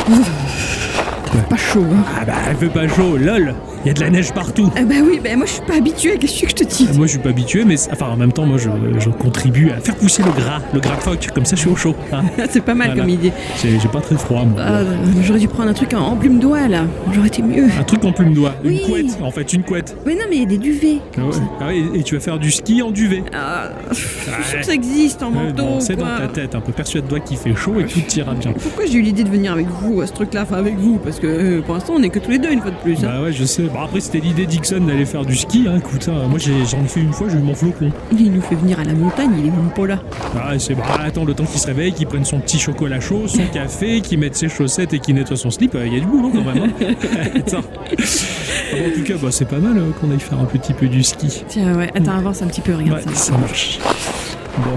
Pas chaud, hein. Ah bah, elle fait pas chaud, lol. Il y a de la neige partout. Ah bah oui, bah moi je suis pas habituée, qu'est-ce que je te dis? Moi je suis pas habitué, mais enfin en même temps moi je contribue à faire pousser le gras phoque, comme ça je suis au chaud. Hein. C'est pas mal comme idée. J'ai pas très froid moi. J'aurais dû prendre un truc en plume d'oie là, j'aurais été mieux. Un truc en plume d'oie, Oui. une couette, en fait une couette. Mais non mais il y a des duvets. Ah ouais, et tu vas faire du ski en duvet. Je suis sûre que ça existe en manteau. Non, c'est quoi. dans ta tête, un peu persuade-toi qu'il fait chaud et que tout ira bien. Pourquoi j'ai eu l'idée de venir avec vous à ce truc là, enfin avec vous, parce que pour l'instant on est que tous les deux une fois de plus. Hein. Bah ouais je sais, bon après c'était l'idée Dixon d'aller faire du ski, hein, écoute, moi j'en ai fait une fois, j'ai eu mon flocon. Il nous fait venir à la montagne, il est même pas là. Ah c'est bah attends le temps qu'il se réveille, qu'il prenne son petit chocolat chaud, son café, qu'il mette ses chaussettes et qu'il nettoie son slip, il y a du boulot quand même. Hein. En tout cas bah, c'est pas mal qu'on aille faire un petit peu du ski. Tiens ouais, attends avance un petit peu, regarde ouais, ça marche. Bon.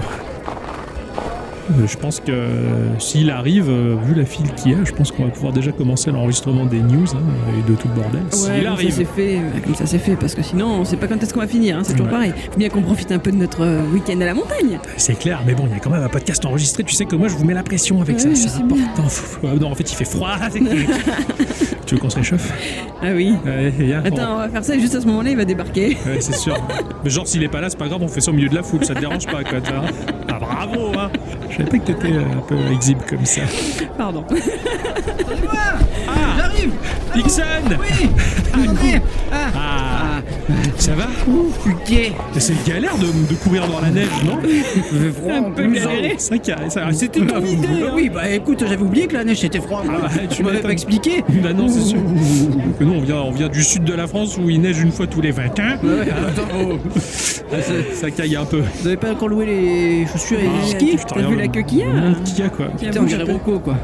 Je pense que s'il arrive, vu la file qu'il y a, je pense qu'on va pouvoir déjà commencer l'enregistrement des news et de tout le bordel. Ouais, s'il arrive. Comme ça c'est fait, parce que sinon on sait pas quand est-ce qu'on va finir, hein, c'est toujours pareil. Faut bien qu'on profite un peu de notre week-end à la montagne. C'est clair, mais bon, il y a quand même un podcast enregistré, tu sais que moi je vous mets la pression avec ça, c'est important. Non, en fait il fait froid. Tu veux qu'on se réchauffe? Ah oui. Viens, attends, on va faire ça juste à ce moment-là, il va débarquer. Ouais, c'est sûr. Mais genre s'il est pas là, c'est pas grave, on fait ça au milieu de la foule, ça te dérange pas quoi, tu vois. Ah bravo, hein. Je savais pas que t'étais un peu exhibe comme ça. Pardon. Attendez-moi. J'arrive. Dixon. Oui. Attendez. Ça va? Putain. C'est galère de courir dans la neige, non? Un peu galéré. C'était ton idée. Oui, bah écoute, j'avais oublié que la neige c'était froid. Tu m'avais pas expliqué. Bah non, c'est sûr. Que nous, on vient du sud de la France où il neige une fois tous les 20 ans. Ouais, attends. Ça caille un peu. Vous avez pas encore loué les chaussures et les skis? T'as vu la queue qu'il y a? Le monde qu'il y a, quoi. Putain, on dirait Rocco, quoi.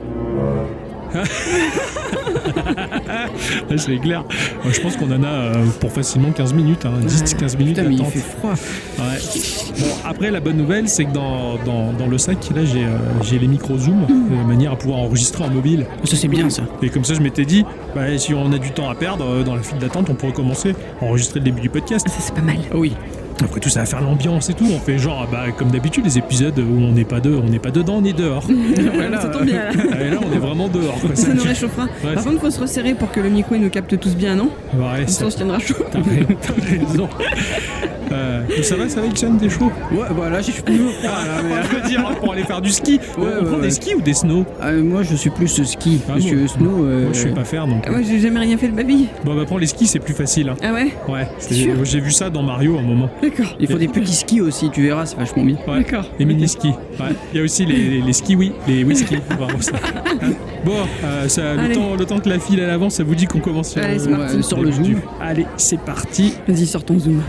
C'est clair. Je pense qu'on en a pour facilement 15 minutes, hein, 10-15 minutes. Putain, mais il d'attente. fait froid. Ouais. Bon, après, la bonne nouvelle, c'est que dans le sac, là, j'ai les micros Zoom, de manière à pouvoir enregistrer en mobile. Ça, c'est bien, ça. Et comme ça, je m'étais dit, bah, si on a du temps à perdre dans la file d'attente, on pourrait commencer à enregistrer le début du podcast. Ça, c'est pas mal. Oui. Après tout, ça va faire l'ambiance et tout. On fait genre, bah, comme d'habitude, les épisodes où on n'est pas dedans ni dehors. Voilà, ça tombe bien là. Et là, on est vraiment dehors. Quoi. Ça nous réchauffera. Ouais, Par contre, faut se resserrer pour que le micro il nous capte tous bien, non? Ouais, Comme ça, on se tiendra chaud. T'as raison. Ça va, Ixon, t'es chaud? Ouais, bah là, je suis plus. Je veux dire, pour aller faire du ski. On prend des skis ou des snow? Moi, je suis plus ski. Parce que snow. Moi, je sais pas faire donc. Moi, j'ai jamais rien fait de ma vie. Bon, bah, prends les skis, c'est plus facile. Hein. Ah ouais? Ouais, Sûr j'ai vu ça dans Mario à un moment. D'accord. Il faut des petits skis aussi, tu verras, c'est vachement bien. Ouais. D'accord. Les mini-skis. Ouais. Il y a aussi les skis, les whisky. Bon, le temps que la file elle avance, ça vous dit qu'on commence Allez, c'est parti. Sur le zoom. Allez, c'est parti. Vas-y, sors ton zoom.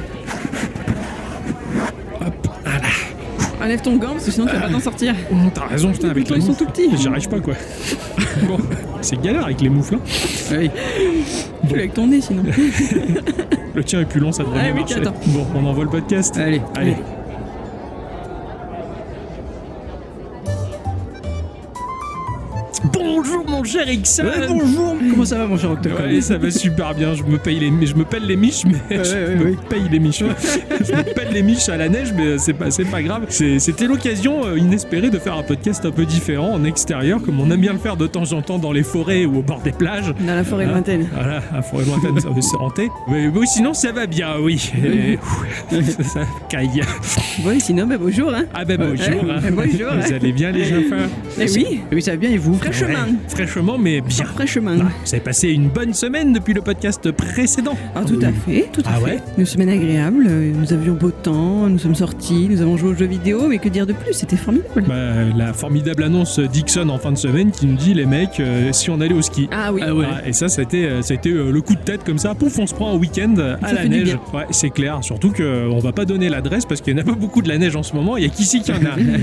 Hop, voilà. Enlève ton gant parce que sinon tu vas pas t'en sortir. T'as raison, putain, avec les Ils sont moufles. tout petits. J'y arrive pas, quoi. Bon, c'est galère avec les moufles. Hein. Oui. Tu l'as avec ton nez sinon. Le tien est plus long, ça devrait bien oui, marcher. attends. Bon, on envoie le podcast. Allez. Bonjour mon cher Ixon. Bonjour. Comment ça va, mon cher Octocom? Ouais, ça va super bien. Je me pelle les miches, mais je me paye les miches. Je me pelle les miches à la neige, mais c'est pas grave. C'était l'occasion inespérée de faire un podcast un peu différent en extérieur, comme on aime bien le faire de temps en temps dans les forêts ou au bord des plages. Dans la forêt lointaine. Voilà, la forêt lointaine, ça c'est hanté. Mais bon, sinon ça va bien, oui. Ça caille. Oui, sinon, bah bonjour. Hein. Ah ben bonjour. Ouais, Hein. bonjour. Vous allez bien les enfants? Eh oui. Oui, ça va bien, et vous? Fraîchement. Fraîchement, mais bien. Fraîchement. Vous avez passé une bonne semaine depuis le podcast précédent. Ah, tout à fait, tout à Ah fait. ouais? Une semaine agréable, nous avions beau temps, nous sommes sortis, nous avons joué aux jeux vidéo, mais que dire de plus, c'était formidable. Bah, la formidable annonce Dixon en fin de semaine qui nous dit les mecs si on allait au ski. Ah oui. Ah ouais. Et ça a été le coup de tête comme ça, pouf, on se prend un week-end à Ça la fait du neige. bien. Ouais, c'est clair, surtout qu'on va pas donner l'adresse parce qu'il n'y en a pas beaucoup de la neige en ce moment, il y a qu'ici qu'il y en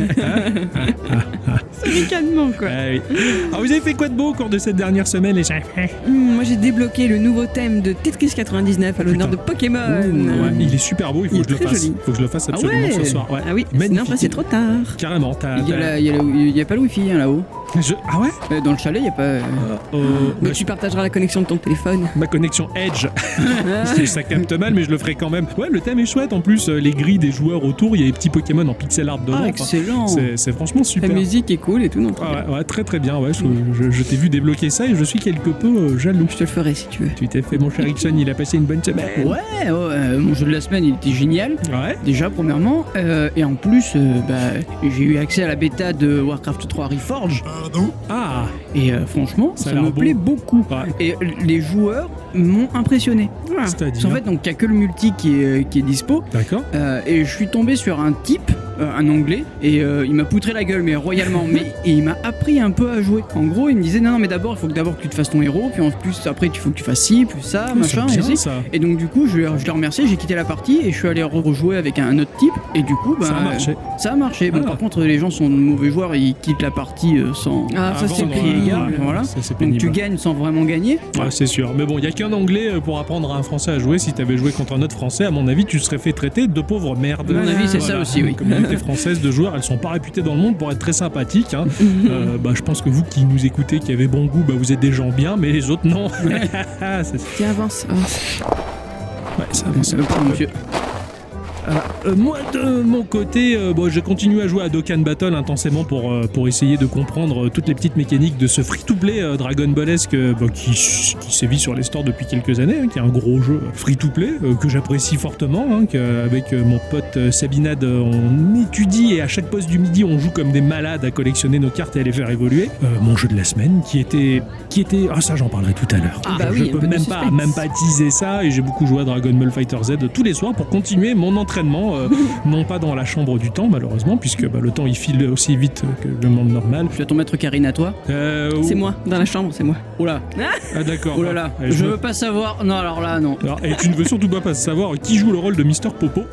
a. Amicalement, quoi. Ah oui. Alors vous avez fait quoi de beau au cours de cette dernière semaine les gens? Moi j'ai débloqué le nouveau thème de Tetris 99 à l'honneur de Pokémon. Ouais, il est super beau, il faut Il que je est le très fasse. joli. Faut que je le fasse absolument ouais. ce soir. Ouais. Ah oui, Magnifique. sinon après c'est trop tard. Carrément, Il y a pas le wifi hein, là-haut. Ah ouais? Dans le chalet, il n'y a pas... Mais tu partageras la connexion de ton téléphone. Ma connexion Edge. Ça capte mal, mais je le ferai quand même. Ouais, le thème est chouette. En plus, les grilles des joueurs autour, il y a des petits Pokémon en pixel art dedans. Ah, excellent. C'est franchement super. La musique est cool et tout, non? Ouais, très très bien. Ouais, je t'ai vu débloquer ça et je suis quelque peu jaloux. Je te le ferai si tu veux. Tu t'es fait, mon cher Ixon, il a passé une bonne semaine. Ouais, mon jeu de la semaine, il était génial. Ouais. Déjà, premièrement. Et en plus, j'ai eu accès à la bêta de Warcraft 3 Reforged. Ah. Et franchement, ça me plaît beaucoup. Ouais. Et les joueurs m'ont impressionné. C'est-à-dire, en fait, donc il n'y a que le multi qui est dispo. D'accord. Et je suis tombé sur un type, un anglais, et il m'a poutré la gueule, mais royalement. Et il m'a appris un peu à jouer. En gros, il me disait non, mais d'abord, il faut que tu fasses ton héros, puis en plus, après, il faut que tu fasses ci, plus ça, machin. C'est bien, et, ça. Et donc, du coup, je l'ai remercié, j'ai quitté la partie et je suis allé rejouer avec un autre type. Et du coup, ça a marché. Ça a marché. Bon, par contre, les gens sont de mauvais joueurs et ils quittent la partie sans. Ah, ça c'est illégal. Voilà. C'est donc tu gagnes sans vraiment gagner. Ouais, c'est sûr. Mais bon, il n'y a qu'un anglais pour apprendre à un français à jouer. Si tu avais joué contre un autre français, à mon avis, tu serais fait traiter de pauvre merde. À mon avis, c'est ça aussi, oui. Les communautés françaises de joueurs, elles sont pas réputées dans le monde pour être très sympathiques. Hein. Je pense que vous qui nous écoutez, qui avez bon goût, vous êtes des gens bien, mais les autres, non. Tiens, avance. Ouais, ça avance. Monsieur. Moi de mon côté, j'ai continué à jouer à Dokkan Battle intensément pour essayer de comprendre toutes les petites mécaniques de ce free-to-play Dragon Ballesque qui sévit sur les stores depuis quelques années, qui est un gros jeu free-to-play que j'apprécie fortement, qu'avec mon pote Sabinad on étudie et à chaque pause du midi on joue comme des malades à collectionner nos cartes et à les faire évoluer. Mon jeu de la semaine qui était ça j'en parlerai tout à l'heure. Je peux même pas teaser ça et j'ai beaucoup joué à Dragon Ball Fighter Z tous les soirs pour continuer mon entraînement, non pas dans la chambre du temps malheureusement puisque le temps il file aussi vite que le monde normal. Tu as ton maître Karine à toi? C'est moi, dans la chambre, c'est moi. Oh là. Ah d'accord. Oh là là. Je veux pas savoir. Non alors là non. Et tu ne veux surtout pas savoir qui joue le rôle de Mister Popo.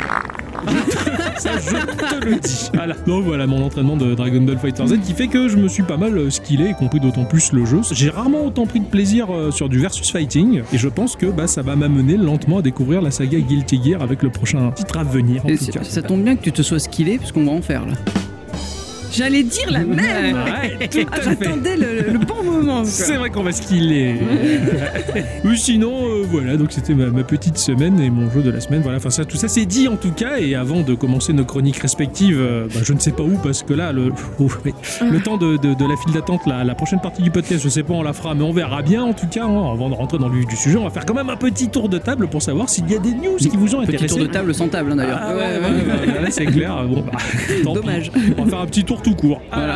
Ça, je te le dis. Voilà. Donc voilà mon entraînement de Dragon Ball Fighter Z qui fait que je me suis pas mal skillé et compris d'autant plus le jeu. J'ai rarement autant pris de plaisir sur du versus fighting et je pense que ça va m'amener lentement à découvrir la saga Guilty Gear avec le prochain titre à venir. Ça tombe bien que tu te sois skillé parce qu'on va en faire là. J'allais dire la même. Ouais, tout à fait. J'attendais le bon moment. Quoi. C'est vrai qu'on va skiller. Ou sinon, voilà, donc c'était ma petite semaine et mon jeu de la semaine. Voilà, enfin ça, tout ça c'est dit en tout cas. Et avant de commencer nos chroniques respectives, je ne sais pas où parce que là, le temps de la file d'attente, la prochaine partie du podcast, je sais pas, on la fera, mais on verra bien en tout cas. Avant de rentrer dans le vif du sujet, on va faire quand même un petit tour de table pour savoir s'il y a des news qui vous ont intéressé. Petit tour de table sans table d'ailleurs. Ah, ouais, c'est clair. Bon, dommage. On va faire un petit tour tout court. Voilà.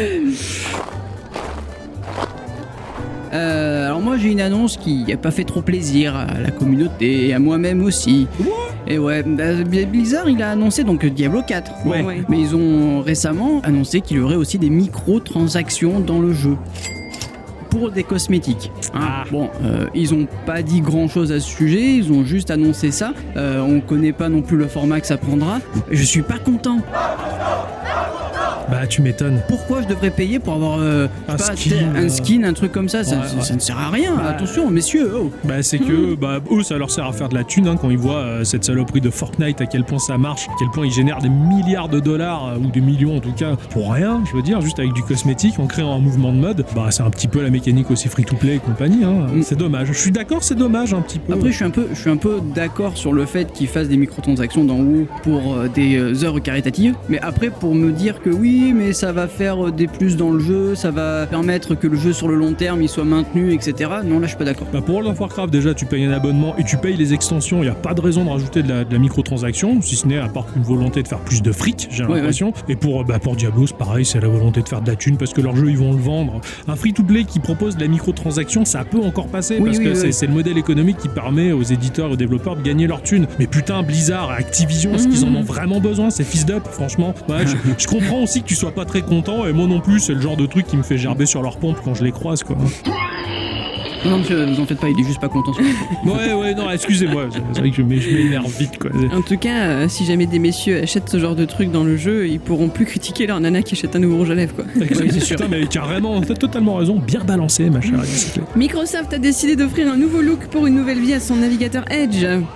Alors moi j'ai une annonce qui n'a pas fait trop plaisir à la communauté et à moi-même aussi. Et ouais, Blizzard il a annoncé donc Diablo 4. Ouais. Mais ils ont récemment annoncé qu'il y aurait aussi des microtransactions dans le jeu. Pour des cosmétiques. Bon, ils ont pas dit grand chose à ce sujet, ils ont juste annoncé ça. On connaît pas non plus le format que ça prendra. Je suis pas content. Bah tu m'étonnes. Pourquoi je devrais payer pour avoir un skin, un truc comme ça? Ça ne sert à rien. Attention, messieurs. Oh. Bah c'est que eux ça leur sert à faire de la thune quand ils voient cette saloperie de Fortnite, à quel point ça marche, à quel point ils génèrent des milliards de dollars ou des millions en tout cas pour rien, je veux dire, juste avec du cosmétique en créant un mouvement de mode. Bah c'est un petit peu la mécanique aussi free to play et compagnie. C'est dommage. Je suis d'accord, c'est dommage un petit peu. Après je suis un peu d'accord sur le fait qu'ils fassent des microtransactions dans WoW pour des œuvres caritatives, mais après pour me dire que oui mais ça va faire des plus dans le jeu, ça va permettre que le jeu sur le long terme il soit maintenu, etc. Non, là je suis pas d'accord. Pour World of Warcraft déjà tu payes un abonnement et tu payes les extensions, il n'y a pas de raison de rajouter de la microtransaction, si ce n'est à part une volonté de faire plus de fric, j'ai l'impression. Ouais. Et pour Diablo c'est pareil, c'est la volonté de faire de la thune parce que leur jeu ils vont le vendre. Un free-to-play qui propose de la microtransaction, ça peut encore passer parce que c'est le modèle économique qui permet aux éditeurs et aux développeurs de gagner leur thune. Mais putain, Blizzard et Activision, est-ce qu'ils en ont vraiment besoin, ces fils d'up, franchement. Ouais, je comprends aussi que tu sois pas très content et moi non plus, c'est le genre de truc qui me fait gerber sur leur pompe quand je les croise quoi. Non monsieur, vous en faites pas, il est juste pas content. Ouais, non, excusez-moi, c'est vrai que je m'énerve vite quoi. En tout cas, si jamais des messieurs achètent ce genre de truc dans le jeu, ils pourront plus critiquer leur nana qui achète un nouveau rouge à lèvres quoi. Oui, c'est sûr. Putain, mais carrément, t'as totalement raison, bien balancé ma chère. Microsoft a décidé d'offrir un nouveau look pour une nouvelle vie à son navigateur Edge. Ah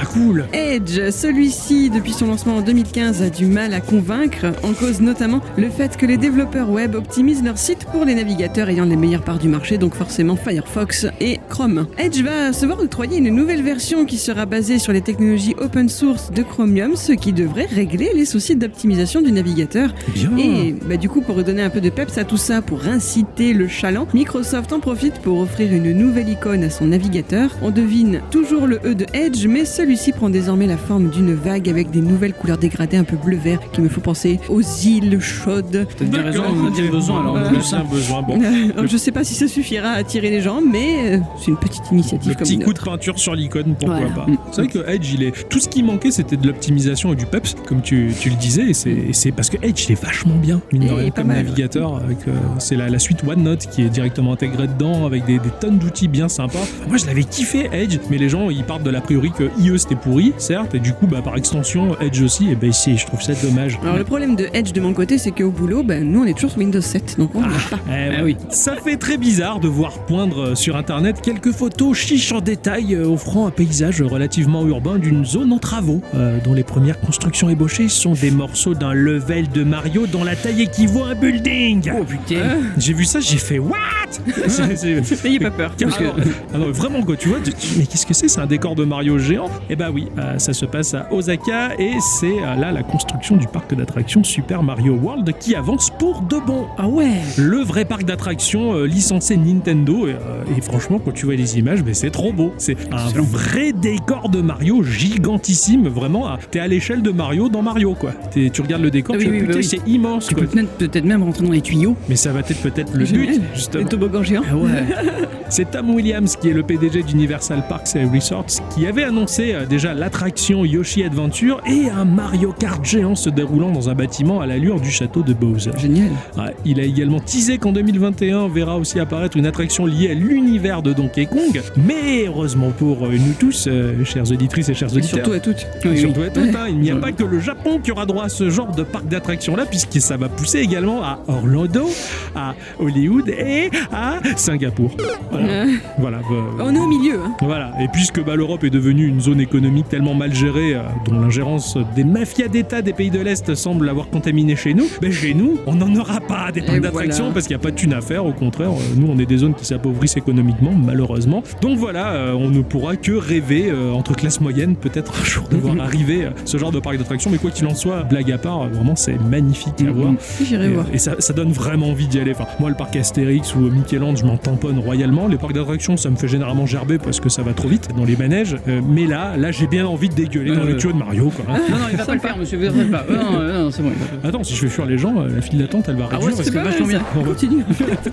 Ah, cool. Edge, celui-ci, depuis son lancement en 2015, a du mal à convaincre, en cause notamment le fait que les développeurs web optimisent leur site pour les navigateurs ayant les meilleures parts du marché, donc forcément Firefox et Chrome. Edge va se voir octroyer une nouvelle version qui sera basée sur les technologies open source de Chromium, ce qui devrait régler les soucis d'optimisation du navigateur. Bien. Et du coup, pour redonner un peu de peps à tout ça, pour inciter le chaland, Microsoft en profite pour offrir une nouvelle icône à son navigateur. On devine toujours le E de Edge, mais celui-ci prend désormais la forme d'une vague avec des nouvelles couleurs dégradées un peu bleu-vert qui me font penser aux îles chaudes. T'as bien raison, on a bien besoin alors. Besoin. Bon. Je sais pas si ça suffira à attirer les gens, mais c'est une petite initiative Le comme petit une coup de autre. peinture sur l'icône, pourquoi Voilà. pas. C'est vrai que Edge, tout ce qui manquait, c'était de l'optimisation et du peps, comme tu le disais, et c'est parce que Edge, il est vachement bien, mine de Et rien, pas comme mal, navigateur. Avec, c'est la suite OneNote qui est directement intégrée dedans, avec des tonnes d'outils bien sympas. Moi, je l'avais kiffé, Edge, mais les gens, ils partent de l'a priori que IE, c'était pourri, certes, et du coup, par extension, Edge aussi, et je trouve ça dommage. Alors le problème de Edge de mon côté, c'est qu'au boulot, nous on est toujours sur Windows 7, donc on l'a pas. Ouais. oui. Ça fait très bizarre de voir poindre sur internet quelques photos chiches en détail offrant un paysage relativement urbain d'une zone en travaux, dont les premières constructions ébauchées sont des morceaux d'un level de Mario dont la taille équivaut à un building. Oh putain. J'ai vu ça, j'ai fait what? N'ayez pas peur. Non, vraiment quoi, tu vois, mais qu'est-ce que c'est un décor de Mario géant? Eh bah oui, ça se passe à Osaka et c'est là la construction du parc d'attractions Super Mario World qui avance pour de bon. Ah ouais. Le vrai parc d'attractions licencié Nintendo et franchement quand tu vois les images c'est trop beau, c'est un vrai décor de Mario gigantissime, vraiment t'es à l'échelle de Mario dans Mario quoi. Tu regardes le décor, c'est immense Tu quoi. peux peut-être même rentrer dans les tuyaux. Mais ça va être peut-être le but justement. Les toboggans géants. Ah ouais. C'est Tom Williams qui est le PDG d'Universal Parks and Resorts qui avait annoncé déjà l'attraction Yoshi Adventure et un Mario Kart géant se déroulant dans un bâtiment à l'allure du château de Bowser. Génial. Ouais, il a également teasé qu'en 2021 verra aussi apparaître une attraction liée à l'univers de Donkey Kong, mais heureusement pour nous tous, chères auditrices et chers auditeurs. Surtout à toutes. Surtout à toutes, il n'y a pas que le Japon qui aura droit à ce genre de parc d'attractions là, puisque ça va pousser également à Orlando, à Hollywood et à Singapour. Voilà. On est au milieu. Voilà, et puisque l'Europe est devenue une zone économique tellement mal gérée, dont l'ingérence des mafias d'État des pays de l'Est semble l'avoir contaminé chez nous, chez nous, on n'en aura pas des parcs d'attractions parce qu'il n'y a pas de thunes à faire, au contraire, nous on est des zones qui s'appauvrissent économiquement, malheureusement. Donc voilà, on ne pourra que rêver entre classe moyenne, peut-être un jour de voir arriver ce genre de parc d'attractions, mais quoi qu'il en soit, blague à part, vraiment c'est magnifique à voir. J'irai voir. Et ça donne vraiment envie d'y aller. Enfin, moi le parc Astérix ou Mickeyland, je m'en tamponne royalement. Les parcs d'attractions, ça me fait généralement gerber parce que ça va trop vite dans les manèges, mais là j'ai bien envie de dégueuler dans le tuyau de Mario quoi. Non, il va pas le faire, monsieur, vous ne pas. Non, c'est bon. Attends, si je fais fuir les gens, la file d'attente elle va réduire. Ah ouais, c'est vachement bien. Continue.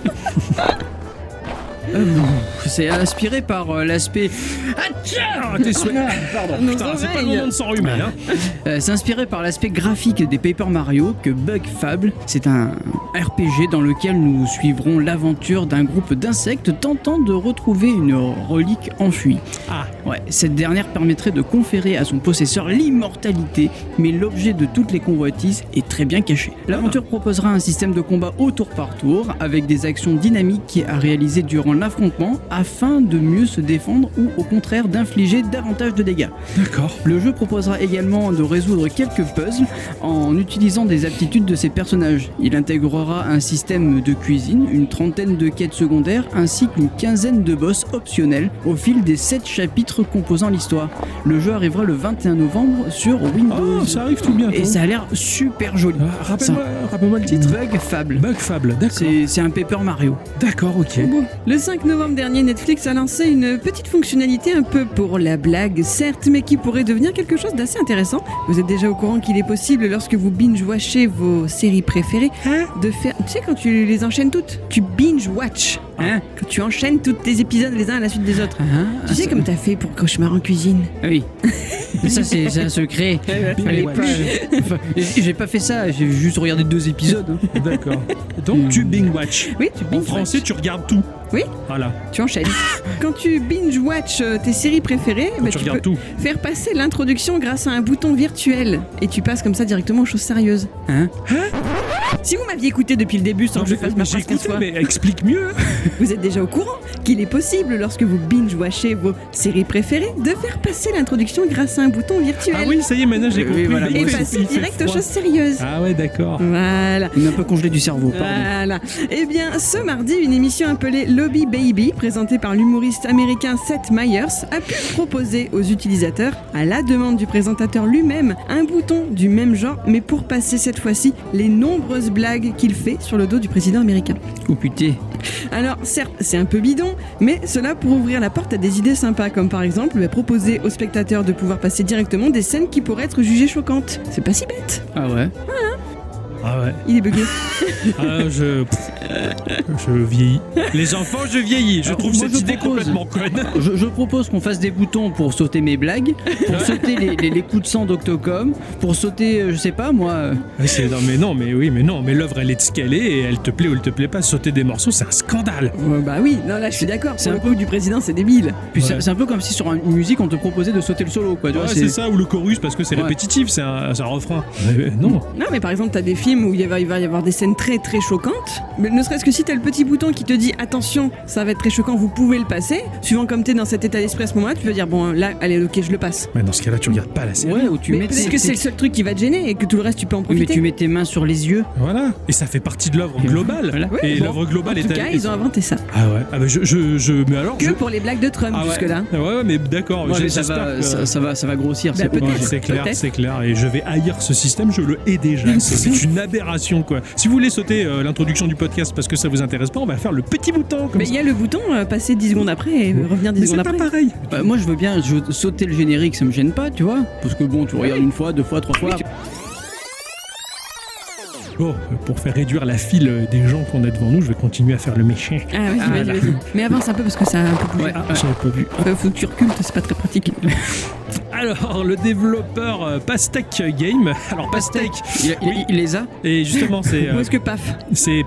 C'est inspiré par l'aspect. Tes souhaits. Pardon, putain, c'est pas le moment de s'enrhumer. C'est inspiré par l'aspect graphique des Paper Mario que Bug Fable. C'est un RPG dans lequel nous suivrons l'aventure d'un groupe d'insectes tentant de retrouver une relique enfuie. Ouais, cette dernière permettrait de conférer à son possesseur l'immortalité, mais l'objet de toutes les convoitises est très bien caché. L'aventure proposera un système de combat au tour par tour, avec des actions dynamiques à réaliser durant l'affrontement afin de mieux se défendre ou au contraire d'infliger davantage de dégâts. D'accord. Le jeu proposera également de résoudre quelques puzzles en utilisant des aptitudes de ses personnages. Il intégrera un système de cuisine, une trentaine de quêtes secondaires ainsi qu'une quinzaine de boss optionnels au fil des 7 chapitres composant l'histoire. Le jeu arrivera le 21 novembre sur Windows. Oh, ça arrive tout bientôt. Et ça a l'air super joli. Rappelle-moi le titre. Bug Fable. Bug Fable, d'accord. C'est un Paper Mario. D'accord, ok. Le 5 novembre dernier, Netflix a lancé une petite fonctionnalité un peu pour la blague, certes, mais qui pourrait devenir quelque chose d'assez intéressant. Vous êtes déjà au courant qu'il est possible, lorsque vous binge-watchez vos séries préférées, de faire... Tu sais, quand tu les enchaînes toutes, tu binge-watch. Quand tu enchaînes tous tes épisodes les uns à la suite des autres. Tu sais comme t'as fait pour Cauchemar en cuisine. Oui. Mais ça, c'est un secret. Fallait pas... J'ai pas fait ça, j'ai juste regardé 2 épisodes. D'accord. Donc tu binge-watch. Oui, tu binge-watch. En français, tu regardes tout. Oui. Voilà. Tu enchaînes. Quand tu binge-watch tes séries préférées, tu regardes peux tout. faire passer l'introduction grâce à un bouton virtuel. Et tu passes comme ça directement aux choses sérieuses. Si vous m'aviez écouté depuis le début sans que je fasse ma phrase 15 fois, mais explique mieux. vous êtes déjà au courant qu'il est possible, lorsque vous binge-watchez vos séries préférées, de faire passer l'introduction grâce à un bouton virtuel. Ah oui, ça y est, maintenant j'ai compris. voilà. Et passer direct aux choses sérieuses. Ah ouais, d'accord. Voilà. Il m'a un peu congelé du cerveau, pardon. Voilà. Eh bien, ce mardi, une émission appelée Lobby Baby, présentée par l'humoriste américain Seth Meyers, a pu proposer aux utilisateurs, à la demande du présentateur lui-même, un bouton du même genre, mais pour passer cette fois-ci les nombreuses blagues qu'il fait sur le dos du président américain. Oh putain. Alors, certes, c'est un peu bidon, mais cela pour ouvrir la porte à des idées sympas, comme par exemple proposer aux spectateurs de pouvoir passer directement des scènes qui pourraient être jugées choquantes. C'est pas si bête. Ah ouais. Ah ouais. Il est bugué. Ah, je vieillis. Les enfants, je vieillis. Je trouve moi, cette je idée propose. complètement conne. Je propose qu'on fasse des boutons pour sauter mes blagues, pour sauter les coups de sang d'Octocom, pour sauter, je sais pas moi. Mais l'œuvre elle est de ce qu'elle est et elle te plaît ou elle te plaît pas. Sauter des morceaux, c'est un scandale. Bah oui, non là je suis d'accord. C'est Pour un le coup du président, c'est débile. Puis Ouais. c'est un peu comme si sur une musique on te proposait de sauter le solo, quoi. Tu vois, C'est ça, ou le chorus parce que c'est Ouais. répétitif, c'est un refrain. Non. Non mais par exemple t'as des films où il va y avoir des scènes très très choquantes, mais ne serait-ce que si t'as le petit bouton qui te dit attention, ça va être très choquant, vous pouvez le passer, suivant comme t'es dans cet état d'esprit à ce moment-là, tu peux dire bon là, allez ok je le passe. Mais dans ce cas-là, tu regardes pas la série. Ouais, où tu Mais mets peut-être que c'est le seul truc qui va te gêner et que tout le reste tu peux en Oui, mais profiter. tu mets tes mains sur les yeux. Voilà. Et ça fait partie de l'œuvre globale. Voilà. Ouais, Et bon. l'œuvre globale En tout cas, ils ont inventé ça. Ah ouais. Ah bah mais alors. Que pour les blagues de Trump Ah ouais. jusque-là. Ouais, mais d'accord. Ouais, mais ça j'espère va, que- ça va grossir. Bah, c'est peut-être. Ouais, c'est clair, Peut-être. c'est clair. Et je vais haïr ce système, je le hais déjà. C'est une aberration, quoi. Si vous voulez sauter l'introduction du podcast parce que ça vous intéresse pas, on va faire le petit bouton comme Mais ça. il y a le bouton passer 10 secondes après et revenir 10 Mais secondes c'est pas après. pareil. Moi je veux bien sauter le générique, ça me gêne pas, tu vois. Parce que bon, tu regardes une fois, deux fois, trois fois. Bon, pour faire réduire la file des gens qu'on a devant nous, je vais continuer à faire le méchant. Ah vas-y, Ah, vas-y, là. vas-y. Mais avance un peu parce que ça a un peu bougé. Ouais. Ah, j'avais pas vu. Faut que tu recules, c'est pas très pratique. Alors, le développeur Pastèque Game. Alors, Pastèque, Il les a. et justement, c'est Où est-ce que paf c'est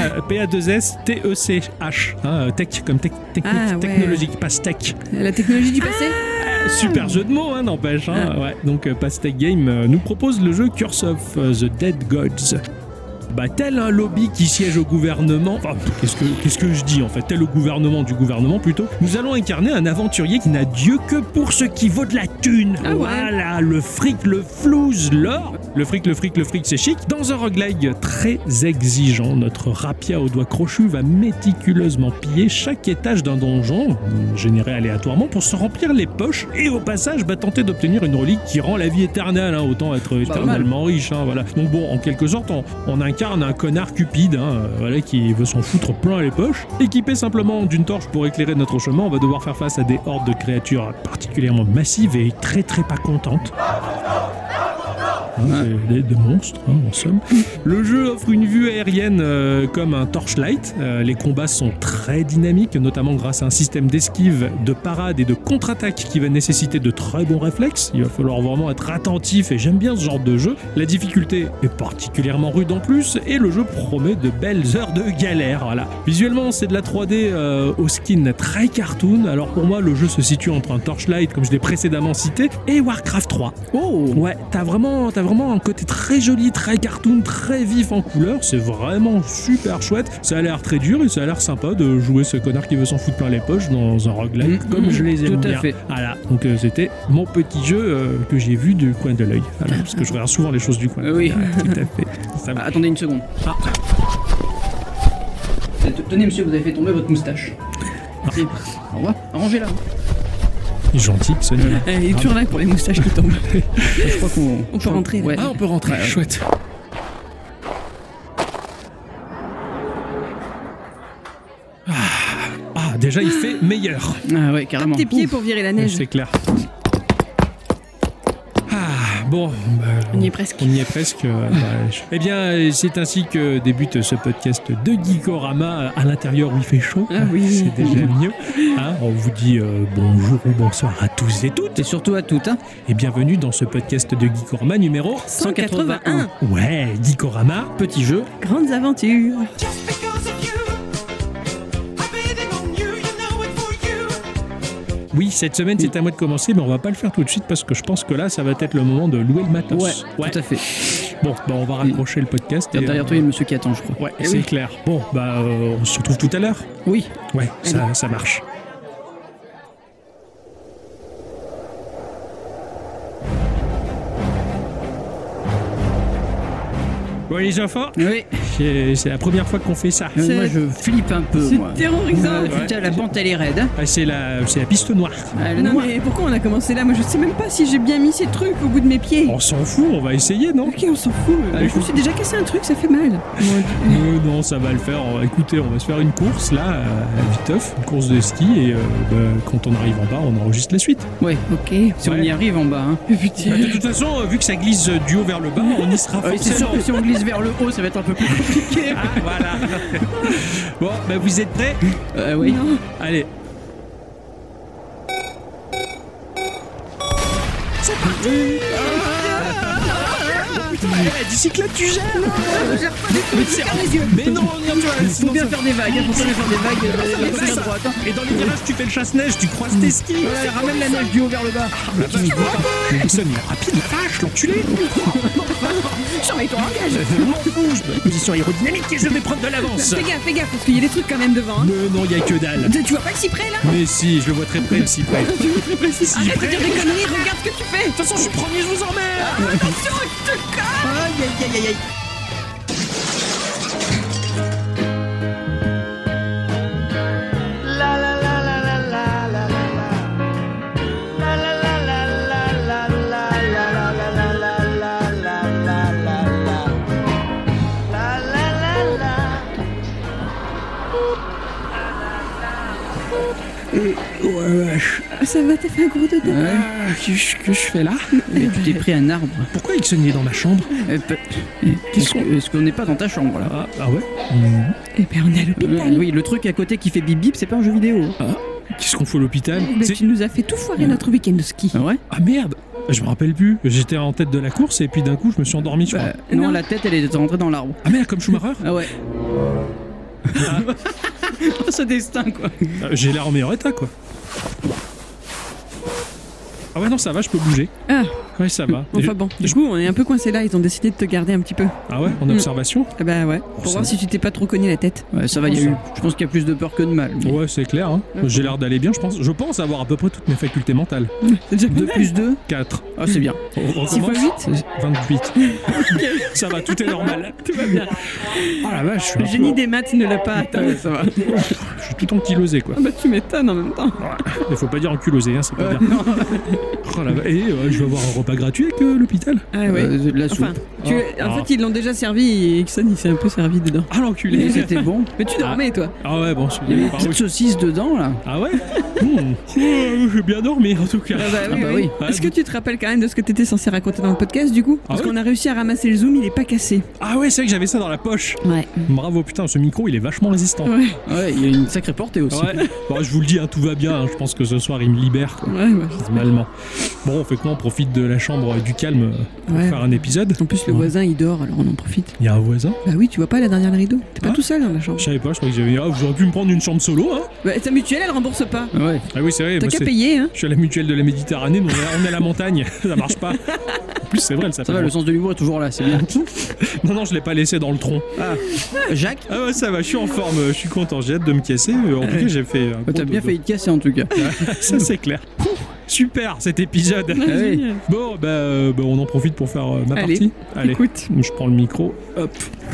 PA2STECH. Tech comme technique Ah, ouais. technologique, Pastèque. La technologie du passé Super jeu de mots, n'empêche. Ouais. Donc, Pastèque Game nous propose le jeu Curse of the Dead Gods. Bah, tel un lobby qui siège au gouvernement, enfin, qu'est-ce que je dis en fait, tel le gouvernement du gouvernement plutôt, nous allons incarner un aventurier qui n'a Dieu que pour ce qui vaut de la thune. Ah ouais. Voilà, le fric, le flouze, l'or. Le fric, c'est chic. Dans un roguelike très exigeant, notre rapia aux doigts crochus va méticuleusement piller chaque étage d'un donjon, généré aléatoirement, pour se remplir les poches et au passage tenter d'obtenir une relique qui rend la vie éternelle, autant être éternellement riche. Voilà. Donc bon, en quelque sorte, on incarne un connard cupide voilà, qui veut s'en foutre plein les poches. Équipé simplement d'une torche pour éclairer notre chemin, on va devoir faire face à des hordes de créatures particulièrement massives et très très pas contentes. Des monstres, en somme. Le jeu offre une vue aérienne comme un torchlight. Les combats sont très dynamiques, notamment grâce à un système d'esquive, de parade et de contre-attaque qui va nécessiter de très bons réflexes. Il va falloir vraiment être attentif et j'aime bien ce genre de jeu. La difficulté est particulièrement rude en plus et le jeu promet de belles heures de galère. Voilà. Visuellement, c'est de la 3D au skin très cartoon. Alors pour moi, le jeu se situe entre un torchlight, comme je l'ai précédemment cité, et Warcraft 3. Oh. Ouais, t'as vraiment un côté très joli, très cartoon, très vif en couleur. C'est vraiment super chouette. Ça a l'air très dur et ça a l'air sympa de jouer ce connard qui veut s'en foutre plein les poches dans un roguelike comme je les aime tout à bien. fait. Voilà, donc c'était mon petit jeu que j'ai vu du coin de l'œil. Voilà, parce que je regarde souvent les choses du coin. Oui. Tout à fait. Ça me- Attendez une seconde. Tenez monsieur, vous avez fait tomber votre moustache. Merci. Au revoir. Rangez-la. Il est gentil, Sony. Il est toujours là pour les moustaches qui tombent. Je crois qu'on On peut rentrer. Là. Ouais. Ah, on peut rentrer. Ouais. Chouette. Ah, déjà il fait meilleur. Ah ouais, carrément. Tes pieds Ouf. pour virer la neige. C'est clair. Bon, On y est presque. On y est presque. Eh bien, c'est ainsi que débute ce podcast de Geekorama à l'intérieur où il fait chaud. Ah oui. C'est déjà mieux. On vous dit bonjour ou bonsoir à tous et toutes Et surtout à toutes, hein. et bienvenue dans ce podcast de Geekorama numéro 181. Ouais, Geekorama. Petit jeu. Grandes aventures. Just because of you, I'm betting on you, you know it for you. Oui, cette semaine c'est à moi de commencer, mais on va pas le faire tout de suite parce que je pense que là ça va être le moment de louer le matos. Ouais, tout à fait. Bon, bah on va raccrocher le podcast. Et, Derrière toi, il y a le monsieur qui attend, je crois. Ouais, c'est clair. Bon, bah on se retrouve tout à l'heure. Oui. Ouais, ça marche. Bon les enfants, Oui. c'est la première fois qu'on fait ça. Moi, je flippe un peu, C'est moi. terrorisant. Putain, la pente, elle est raide. Hein. Ah, c'est la piste noire. Ah, le Non noir. mais pourquoi on a commencé là? Moi je sais même pas si j'ai bien mis ces trucs au bout de mes pieds. On s'en fout, on va essayer, non? Ok, on s'en fout. Je me suis déjà cassé un truc, ça fait mal. Non, ça va le faire. Écoutez, on va se faire une course là, à Viteuf, une course de ski, et quand on arrive en bas, on enregistre la suite. Ouais. Ok. Si on y arrive en bas. Hein. Putain. De toute façon, vu que ça glisse du haut vers le bas, on y sera Oui, c'est sûr forcément. que si on glisse vers le haut, ça va être un peu plus compliqué. Ah, voilà. Bon, bah vous êtes prêts? Oui. Non. Allez. C'est parti. Putain, d'ici que là tu gères. Mais non, Faut bien faire des vagues, hein, faut bien faire des vagues. c'est ça. Droite, hein. Et dans les virages, tu fais le chasse-neige, tu croises tes skis. Voilà, ramène la neige du haut vers le bas. La vache, mais Wilson, il est rapide, la vache, l'enculé. Surveille-toi, engage. Mon bouge, position aérodynamique et je vais prendre de l'avance. Fais gaffe, parce qu'il y a des trucs quand même devant. Hein. Non, il y a que dalle. Tu vois pas le cyprès là? Mais si, je le vois très près, le cyprès. Arrête de dire des conneries, regarde ce que tu fais. De toute façon, je suis premier, je vous emmerde. Attention, je te casse. Aïe, aïe, aïe, aïe. Ça va, t'as fait un gros dodo. Qu'est-ce que je fais là? Mais tu t'es pris un arbre. Pourquoi Ixon est dans ma chambre? Est-ce qu'on n'est pas dans ta chambre là? Ah ouais. Eh ben on est à l'hôpital. Oui, le truc à côté qui fait bip bip, c'est pas un jeu vidéo. Qu'est-ce qu'on fait à l'hôpital? Ben, tu nous as fait tout foirer notre week-end de ski. Ah ouais? Ah merde, je me rappelle plus. J'étais en tête de la course et puis d'un coup je me suis endormi. Je crois. Non, Non. la tête elle est rentrée dans l'arbre. Ah merde, comme Schumacher. Ah ouais. Ce destin quoi. J'ai l'air en meilleur état quoi. Ah ouais non ça va, je peux bouger. Ah, Ouais ça va. enfin bon. Du coup, on est un peu coincé là. Ils ont décidé de te garder un petit peu. Ah ouais, en observation. Ah bah ouais. Pour ça voir va. si tu t'es pas trop cogné la tête. Ouais, ça va, je pense qu'il y a plus de peur que de mal. mais- Ouais c'est clair. Hein. J'ai l'air d'aller bien, je pense. Je pense avoir à peu près toutes mes facultés mentales. C'est déjà 2 plus 2 4. Ah, c'est bien. On 6 fois recommence. 8. 28. Ça va, tout est normal. Tout va bien. Oh la vache, je suis Le un génie peu- des maths ne l'a pas atteint. Ça va. je suis tout ankylosé quoi. Ah bah tu m'étonnes en même temps. Il faut pas dire ankylosé, hein, c'est pas bien. Oh la vache. Et je vais avoir un repas gratuit avec l'hôpital. Ah ouais. De la soupe. Enfin, en fait, ils l'ont déjà servi et Ixon, il s'est un peu servi dedans. Ah l'enculé. Et c'était bon. Mais tu dormais, toi. Ah ouais, bon, Il y avait une ah, petite oui. saucisse dedans là. Ah ouais J'ai bien dormi en tout cas. Ah bah oui. Est-ce que tu te rappelles quand même de ce que tu étais censé raconter dans le podcast, du coup? Parce ouais qu'on a réussi à ramasser le zoom, il est pas cassé. Ah ouais, c'est vrai que j'avais ça dans la poche. Ouais. Bravo, putain, ce micro, il est vachement résistant. Ouais, Ouais, il y a une sacrée portée aussi. Ouais. Bon, je vous le dis, hein, tout va bien. Hein, je pense que ce soir, il me libère. Quoi. ouais, ouais. Normalement. Bon, on fait quoi? On profite de la chambre du calme pour Ouais. faire un épisode. En plus, le voisin, il dort, alors on en profite. Il y a un voisin. Bah oui, tu vois pas là derrière le rideau. T'es pas Ah. tout seul dans la chambre. Je savais pas, je croyais que j'avais. Ah, vous auriez pu me prendre une chambre solo, hein? Bah, ta mutuelle, elle rembourse pas. Ouais. Ah oui, c'est vrai. T'as moi, qu'à c'est- payer, hein. Je suis à la mutuelle de la Méditerranée, nous, on est à la montagne. Ça marche pas. En plus, c'est vrai, elle Ça s'appelle. va, le sens de l'humour est toujours là, c'est bien. Non, non, je l'ai pas laissé dans le tronc. Jacques, Ah ouais, ça va, je suis en forme, je suis content, j'ai hâte de me casser. En tout cas, j'ai fait. un gros t'as bien dodo. failli te casser en tout cas. Ça, c'est clair. Super cet épisode. Ah oui. Génial. Bon, bah, on en profite pour faire ma Allez, partie. Allez, Écoute. je prends le micro. Hop.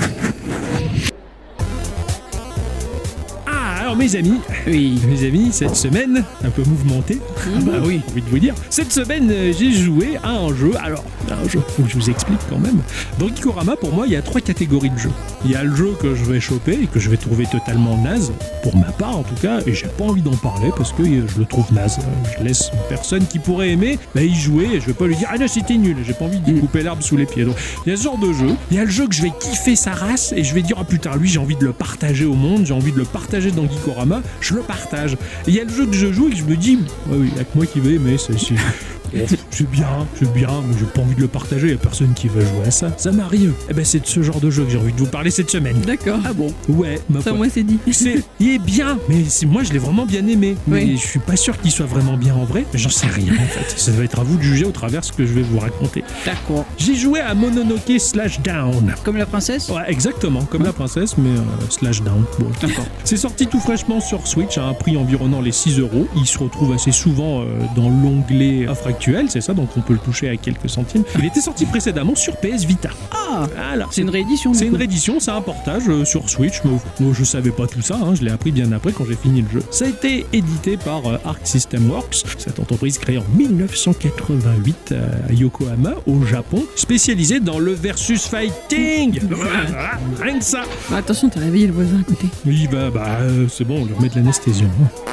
Ah, alors mes amis, Oui. cette semaine, un peu mouvementée, Bah oui. j'ai envie de vous dire. Cette semaine, j'ai joué à un jeu. Alors, un jeu, faut que je vous explique quand même. Dans Geekorama, pour moi, il y a 3 catégories de jeux. Il y a le jeu que je vais choper et que je vais trouver totalement naze, pour ma part en tout cas, et j'ai pas envie d'en parler parce que je le trouve naze. Je laisse une personne qui pourrait aimer y jouer et je vais pas lui dire ah non c'était nul, j'ai pas envie de lui couper l'herbe sous les pieds. Donc il y a ce genre de jeu. Il y a le jeu que je vais kiffer sa race et je vais dire ah putain lui j'ai envie de le partager au monde, j'ai envie de le partager dans Geekorama, je le partage. Et il y a le jeu que je joue et que je me dis ah oui, il y a que moi qui vais aimer, c'est C'est bien, mais j'ai pas envie de le partager, y a personne qui va jouer à ça. Ça m'arrive. Eh ben c'est de ce genre de jeu que j'ai envie de vous parler cette semaine. D'accord. Ah bon? Ouais, ma Ça, foi. moi, c'est dit. Il est bien, mais moi je l'ai vraiment bien aimé. Mais Oui. je suis pas sûr qu'il soit vraiment bien en vrai. Mais j'en sais rien en fait. Ça va être à vous de juger au travers ce que je vais vous raconter. D'accord. J'ai joué à Mononoke Slash Down. Comme la princesse? Ouais, exactement, comme la princesse, mais slash down. Bon. D'accord. C'est sorti tout fraîchement sur Switch à un prix environnant les 6 €. Il se retrouve assez souvent dans l'onglet offre actuelle, c'est ça, donc on peut le toucher à quelques centimes. Il était sorti précédemment sur PS Vita. Ah! Voilà. C'est une réédition. du C'est une coup. réédition, c'est un portage sur Switch. Moi, je savais pas tout ça, je l'ai appris bien après quand j'ai fini le jeu. Ça a été édité par Arc System Works, cette entreprise créée en 1988 à Yokohama, au Japon, spécialisée dans le versus fighting. Ah, rien que ça. Ah, attention, t'as réveillé le voisin à côté. Oui, c'est bon, on lui remet de l'anesthésion.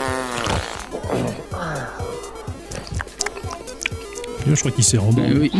Je crois qu'il s'est rendu. Oui.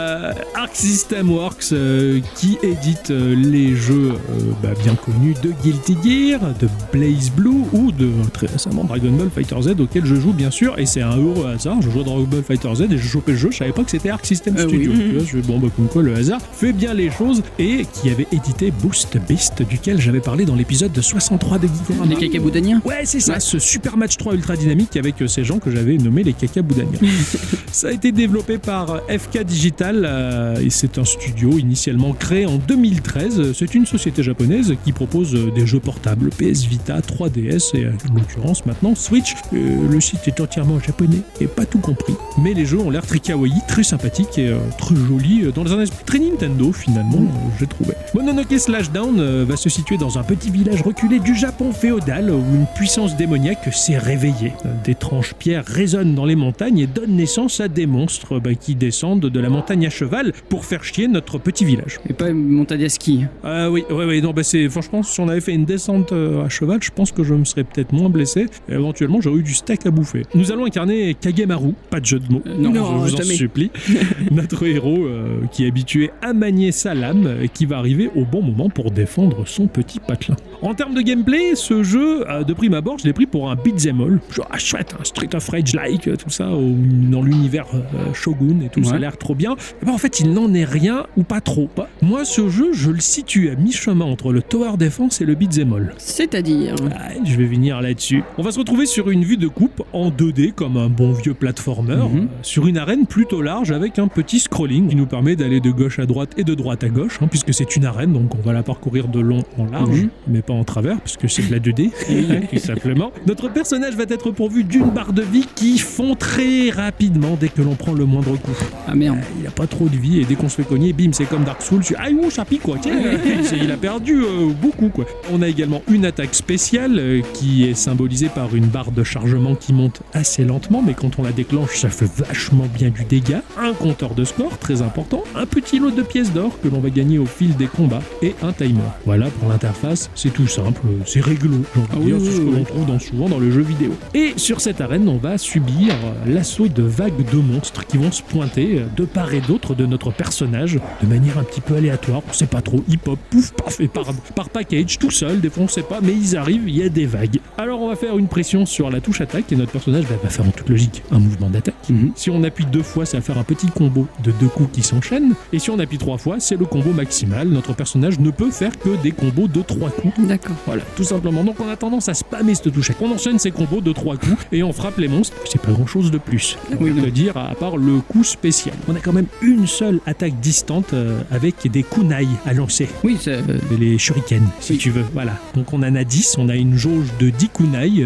Arc System Works qui édite les jeux bien connus de Guilty Gear, de Blaze Blue ou de très récemment Dragon Ball FighterZ auquel je joue bien sûr, et c'est un heureux hasard. Je joue à Dragon Ball FighterZ et j'ai chopé le jeu, je savais pas que c'était Arc System Studio. oui. Tu vois, je fais, comme quoi le hasard fait bien les choses, et qui avait édité Boost Beast duquel j'avais parlé dans l'épisode 63 de Geekorama. Les cacaboudaniens? Ouais, c'est ça, ce super match 3 ultra dynamique avec ces gens que j'avais nommés les cacaboudaniens. Ça a été développé par FK Digital et c'est un studio initialement créé en 2013. C'est une société japonaise qui propose des jeux portables PS Vita, 3DS et en l'occurrence maintenant Switch. Le site est entièrement japonais et pas tout compris. Mais les jeux ont l'air très kawaii, très sympathiques et très jolis dans un esprit très Nintendo finalement, j'ai trouvé. Mononoke Slash Down va se situer dans un petit village reculé du Japon féodal où une puissance démoniaque s'est réveillée. D'étranges pierres résonnent dans les montagnes et donnent naissance à des monstres qui descendent de la montagne à cheval pour faire chier notre petit village. Et pas une montagne à ski. Oui, non, c'est franchement, si on avait fait une descente à cheval, je pense que je me serais peut-être moins blessé. Et éventuellement, j'aurais eu du steak à bouffer. Nous allons incarner Kagemaru, pas de jeu de mots. Non, je vous en jamais. supplie. Notre héros qui est habitué à manier sa lame et qui va arriver au bon moment pour défendre son petit patelin. En termes de gameplay, ce jeu, de prime abord, je l'ai pris pour un beat'em all. Genre, chouette, un Street of Rage-like, tout ça, dans l'univers Shogun et tout, ça a l'air trop bien. Et en fait, il n'en est rien ou pas trop. Moi, ce jeu, je le situe à mi-chemin entre le Tower Defense et le beat'em all. C'est-à-dire. Je vais venir là-dessus. On va se retrouver sur une vue de coupe en 2D comme un bon vieux platformer, sur une arène plutôt large avec un petit scrolling qui nous permet d'aller de gauche à droite et de droite à gauche, puisque c'est une arène, donc on va la parcourir de long en large, mais pas en travers, puisque c'est de la 2D, tout simplement. Notre personnage va être pourvu d'une barre de vie qui fond très rapidement dès que l'on prend le moindre coup. Ah merde. Il a pas trop de vie et dès qu'on se fait cogner, bim, c'est comme Dark Souls. Ça pique quoi. Tiens, il a perdu beaucoup quoi. On a également une attaque spéciale qui est symbolisée par une barre de chargement qui monte assez lentement, mais quand on la déclenche, ça fait vachement bien du dégât. Un compteur de score très important, un petit lot de pièces d'or que l'on va gagner au fil des combats et un timer. Voilà pour l'interface, c'est tout simple, c'est rigolo. J'ai envie de dire, c'est ce que l'on trouve souvent dans le jeu vidéo. Et sur cette arène, on va subir l'assaut de vagues de monstres qui vont se pointer de part et d'autre de notre personnage de manière un petit peu aléatoire, on sait pas trop, hip-hop, pouf, paf, et par package, tout seul, des fois on sait pas, mais ils arrivent, il y a des vagues. Alors on va faire une pression sur la touche attaque et notre personnage va faire en toute logique un mouvement d'attaque. Si on appuie 2 fois, ça va faire un petit combo de 2 coups qui s'enchaînent, et si on appuie 3 fois, c'est le combo maximal. Notre personnage ne peut faire que des combos de 3 coups. D'accord. Voilà, tout simplement. Donc on a tendance à spammer cette touche. On enchaîne ces combos de 3 coups et on frappe les monstres. C'est pas grand chose de plus. On peut dire à part le coup spécial. On a quand même une seule attaque distante avec des kunai à lancer. Oui, c'est. Les shurikens, si tu veux. Voilà. Donc on en a 10. On a une jauge de 10 kunai.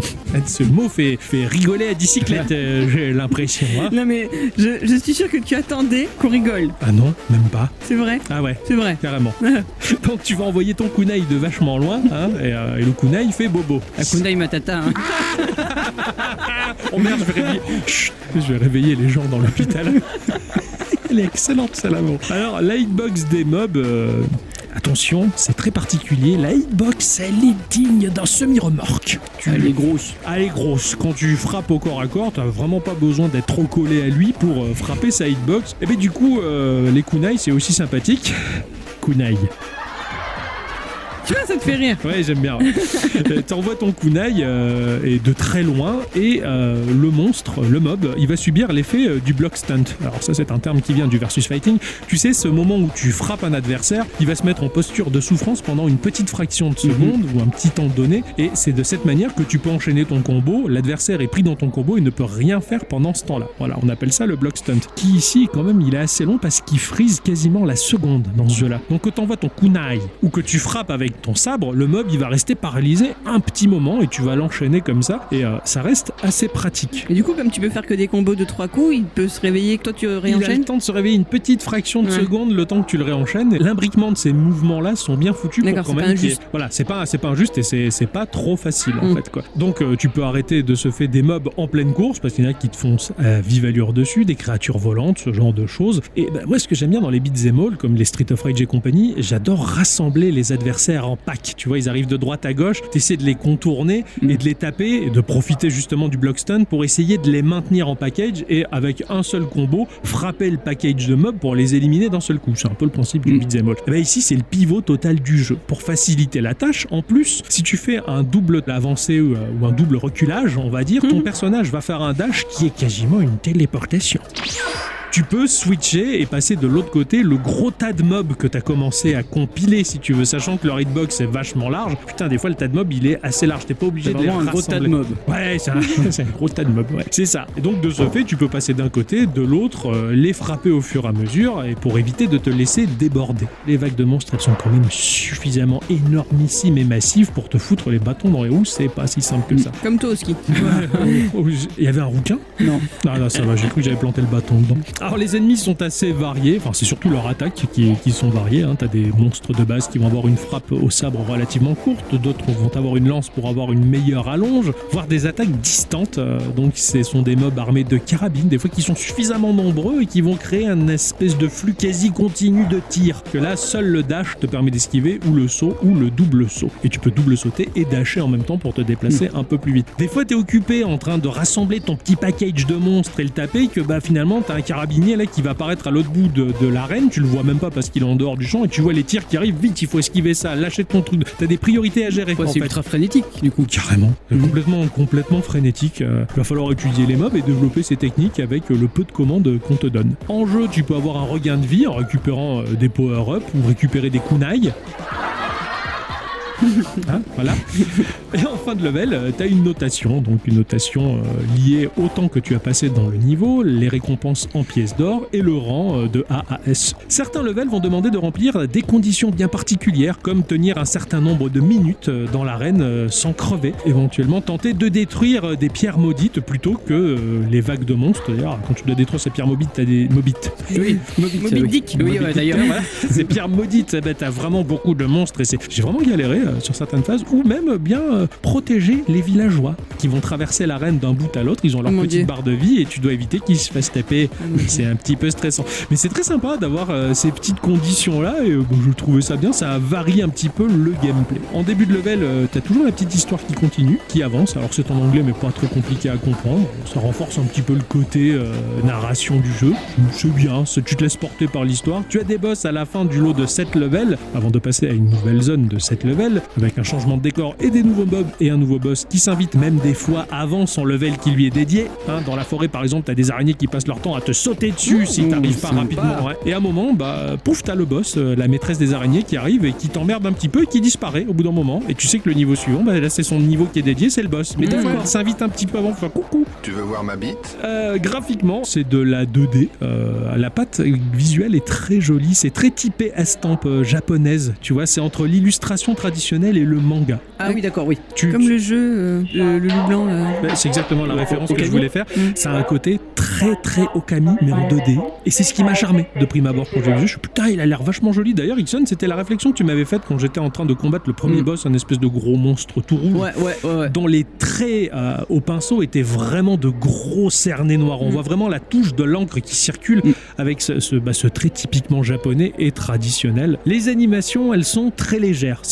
Ce mot fait rigoler à bicyclette, j'ai l'impression. Non mais je suis sûr que tu attendais qu'on rigole. Ah non, même pas. C'est vrai. Ah ouais. C'est vrai. Carrément. Donc tu vas envoyer ton kunai de vachement loin, et le kunai il fait bobo. La Kunai Matata. Hein. Oh merde, je vais réveiller les gens dans l'hôpital. Elle est excellente celle-là. Bon. Alors la hitbox des mobs, attention, c'est très particulier. La hitbox, elle est digne d'un semi-remorque. Elle est grosse. Elle est grosse. Quand tu frappes au corps à corps, t'as vraiment pas besoin d'être trop collé à lui pour frapper sa hitbox. Et bien du coup, les kunai, c'est aussi sympathique. Kunai. Tu vois, ça te fait rire. Ouais, j'aime bien. Ouais. T'envoies ton kunai et de très loin et le monstre, le mob, il va subir l'effet du block stunt. Alors ça, c'est un terme qui vient du versus fighting. Tu sais, ce moment où tu frappes un adversaire, il va se mettre en posture de souffrance pendant une petite fraction de seconde ou un petit temps donné, et c'est de cette manière que tu peux enchaîner ton combo. L'adversaire est pris dans ton combo et ne peut rien faire pendant ce temps-là. Voilà, on appelle ça le block stunt. Qui ici, quand même, il est assez long parce qu'il freeze quasiment la seconde dans ce jeu-là. Donc quand t'envoies ton kunai ou que tu frappes avec ton sabre, le mob il va rester paralysé un petit moment et tu vas l'enchaîner comme ça, et ça reste assez pratique. Et du coup, comme tu peux faire que des combos de 3 coups, il peut se réveiller, que toi tu Il a réenchaînes. le temps de se réveiller une petite fraction de seconde, le temps que tu le réenchaînes. L'imbriquement de ces mouvements-là sont bien foutus pour D'accord, quand c'est même. pas injuste. Voilà, c'est pas injuste et c'est pas trop facile en fait quoi. Donc tu peux arrêter de se faire des mobs en pleine course parce qu'il y en a qui te foncent à vive allure dessus, des créatures volantes, ce genre de choses. Et moi, ce que j'aime bien dans les beat'em all comme les Street of Rage et compagnie, j'adore rassembler les adversaires en pack. Tu vois, ils arrivent de droite à gauche, t'essaies de les contourner et de les taper et de profiter justement du block stun pour essayer de les maintenir en package et avec un seul combo frapper le package de mobs pour les éliminer d'un seul coup. C'est un peu le principe du beat'em all. Et ben ici, c'est le pivot total du jeu. Pour faciliter la tâche, en plus, si tu fais un double avancée ou un double reculage, on va dire, ton personnage va faire un dash qui est quasiment une téléportation. Tu peux switcher et passer de l'autre côté le gros tas de mobs que tu as commencé à compiler, si tu veux, sachant que leur hitbox est vachement large. Putain, des fois, le tas de mobs, il est assez large. T'es pas obligé de les vraiment un gros rassembler. tas de mobs. Ouais, c'est un gros tas de mobs, ouais. C'est ça. Et donc, de ce fait, tu peux passer d'un côté, de l'autre, les frapper au fur et à mesure, et pour éviter de te laisser déborder. Les vagues de monstres, elles sont quand même suffisamment énormissimes et massives pour te foutre les bâtons dans les roues. C'est pas si simple que ça. Comme toi au ski. Il y avait un rouquin? Non. Ah non, ça va, j'ai cru que j'avais planté le bâton dedans. Alors les ennemis sont assez variés, enfin c'est surtout leurs attaques qui sont variées, hein. T'as des monstres de base qui vont avoir une frappe au sabre relativement courte, d'autres vont avoir une lance pour avoir une meilleure allonge, voire des attaques distantes, donc ce sont des mobs armés de carabines, des fois qui sont suffisamment nombreux et qui vont créer un espèce de flux quasi continu de tir, que là seul le dash te permet d'esquiver, ou le saut, ou le double saut. Et tu peux double sauter et dasher en même temps pour te déplacer un peu plus vite. Des fois t'es occupé en train de rassembler ton petit package de monstres et le taper, que finalement t'as un carabinier là qui va apparaître à l'autre bout de l'arène, tu le vois même pas parce qu'il est en dehors du champ, et tu vois les tirs qui arrivent, vite il faut esquiver ça, lâcher ton truc, t'as des priorités à gérer. Ouais, en c'est fait. ultra frénétique du coup. Carrément, complètement frénétique. Il va falloir étudier les mobs et développer ces techniques avec le peu de commandes qu'on te donne. En jeu, tu peux avoir un regain de vie en récupérant des power-up ou récupérer des kunai. Hein, voilà. Et en fin de level, tu as une notation, donc une notation liée au temps que tu as passé dans le niveau, les récompenses en pièces d'or et le rang de A à S. Certains levels vont demander de remplir des conditions bien particulières, comme tenir un certain nombre de minutes dans l'arène sans crever, éventuellement tenter de détruire des pierres maudites plutôt que les vagues de monstres. D'ailleurs, quand tu dois détruire ces pierres maudites, tu as des mobites. Oui, Moby Dick. Oui, ouais, d'ailleurs. Voilà. Ces pierres maudites, t'as vraiment beaucoup de monstres et j'ai vraiment galéré sur certaines phases, ou même bien protéger les villageois qui vont traverser l'arène d'un bout à l'autre. Ils ont leur Mon petite Dieu. barre de vie et tu dois éviter qu'ils se fassent taper. C'est un petit peu stressant. Mais c'est très sympa d'avoir ces petites conditions-là et je trouvais ça bien. Ça varie un petit peu le gameplay. En début de level, t'as toujours la petite histoire qui continue, qui avance. Alors c'est en anglais mais pas trop compliqué à comprendre. Ça renforce un petit peu le côté narration du jeu. C'est bien, tu te laisses porter par l'histoire. Tu as des boss à la fin du lot de 7 levels avant de passer à une nouvelle zone de 7 levels avec un changement de décor et des nouveaux mobs et un nouveau boss qui s'invite même des fois avant son level qui lui est dédié. Hein, dans la forêt par exemple, t'as des araignées qui passent leur temps à te sauter dessus si t'arrives pas sympa. rapidement. Ouais. Et à un moment, pouf, t'as le boss, la maîtresse des araignées qui arrive et qui t'emmerde un petit peu et qui disparaît au bout d'un moment. Et tu sais que le niveau suivant, là c'est son niveau qui est dédié, c'est le boss. Mais des fois, elle s'invite un petit peu avant pour faire coucou. Tu veux voir ma bite? Graphiquement, c'est de la 2D. La patte visuelle est très jolie. C'est très typé estampe japonaise. Tu vois, c'est entre l'illustration traditionnelle et le manga. Ah oui, d'accord, oui. Comme le jeu, le loup blanc là. C'est exactement la référence que Okami. je voulais faire. Ça a un côté très très Okami, mais en 2D. Et c'est ce qui m'a charmé de prime abord quand j'ai vu le jeu. Je suis putain, il a l'air vachement joli. D'ailleurs, Ixon, c'était la réflexion que tu m'avais faite quand j'étais en train de combattre le premier boss, un espèce de gros monstre tout rouge. Ouais. Dont les traits au pinceau étaient vraiment de gros cernets noirs. On voit vraiment la touche de l'encre qui circule avec ce trait typiquement japonais et traditionnel. Les animations, elles sont très légères. C'est vraiment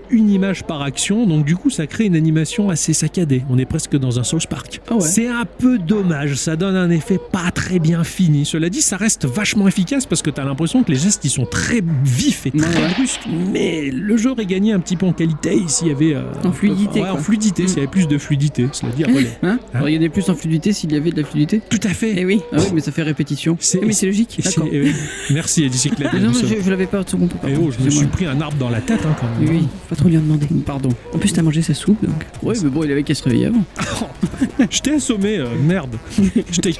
une image par action, donc du coup ça crée une animation assez saccadée. On est presque dans un South Park. Ah ouais. C'est un peu dommage, ça donne un effet pas très bien fini. Cela dit, ça reste vachement efficace parce que t'as l'impression que les gestes ils sont très vifs et très Ouais. brusques, mais le jeu aurait gagné un petit peu en qualité s'il y avait En fluidité, ouais, en quoi. fluidité, s'il y avait plus de fluidité. Cela dit, après, Hein Hein Regardez plus en fluidité s'il y avait de la fluidité. tout à fait. Eh oui. Ah oui, mais ça fait répétition. Mais c'est logique. D'accord. Merci, Edicyclette. Non, mais je l'avais pas tout compris. Eh oh, je me suis pris un arbre dans la tête quand même. Oui, Faut pas trop lui en demander. pardon. En plus, t'as mangé sa soupe, donc. Oui, mais bon, il avait qu'à se réveiller avant. Je t'ai assommé, merde. Je t'ai...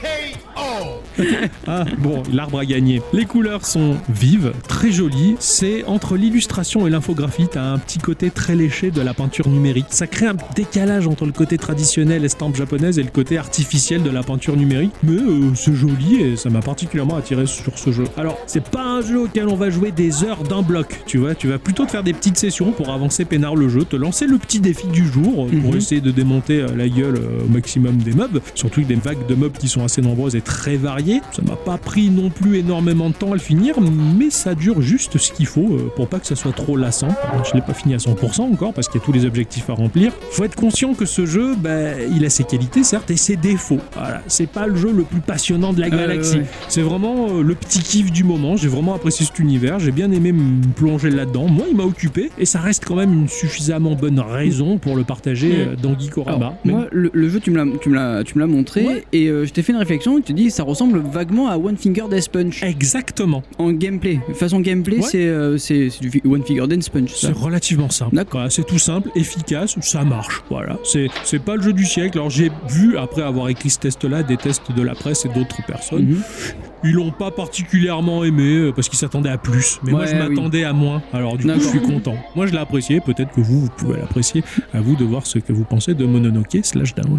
Ah, bon, l'arbre a gagné. Les couleurs sont vives, très jolies. C'est entre l'illustration et l'infographie, t'as un petit côté très léché de la peinture numérique. Ça crée un décalage entre le côté traditionnel estampe japonaise et le côté artificiel de la peinture numérique. Mais c'est joli et ça m'a particulièrement attiré sur ce jeu. Alors, c'est pas un jeu auquel on va jouer des heures d'un bloc, tu vois. Tu vas plutôt te faire des petites sessions pour avancer peinard le jeu, te lancer le petit défi du jour pour essayer de démonter la gueule au maximum des mobs. Surtout des vagues de mobs qui sont assez nombreuses et très variées. Ça m'a pas pris non plus énormément de temps à le finir, mais ça dure juste ce qu'il faut pour pas que ça soit trop lassant. Alors, je l'ai pas fini à 100% encore parce qu'il y a tous les objectifs à remplir. Faut être conscient que ce jeu, il a ses qualités certes et ses défauts. Voilà, c'est pas le jeu le plus passionnant de la galaxie. Ouais. C'est vraiment le petit kiff du moment. J'ai vraiment apprécié cet univers. J'ai bien aimé me plonger là-dedans. Moi, il m'a occupé et ça reste quand même une suffisamment bonne raison pour le partager dans Geekorama. Alors, moi, le jeu, tu me l'as montré Ouais. et je t'ai fait une réflexion. Tu dis, ça ressemble vaguement à One Finger Death Punch Exactement. en gameplay. Façon gameplay, Ouais. c'est du One Finger Death Punch. Ça. C'est relativement simple. D'accord. Voilà, c'est tout simple, efficace, ça marche. Voilà. C'est pas le jeu du siècle. Alors j'ai vu, après avoir écrit ce test-là, des tests de la presse et d'autres personnes. Mhm. Ils l'ont pas particulièrement aimé parce qu'ils s'attendaient à plus. Mais moi Ouais, je m'attendais à moins. Alors du coup je D'accord. suis content. Moi je l'ai apprécié. Peut-être que vous pouvez l'apprécier. À vous de voir ce que vous pensez de Mononoke Slashdown.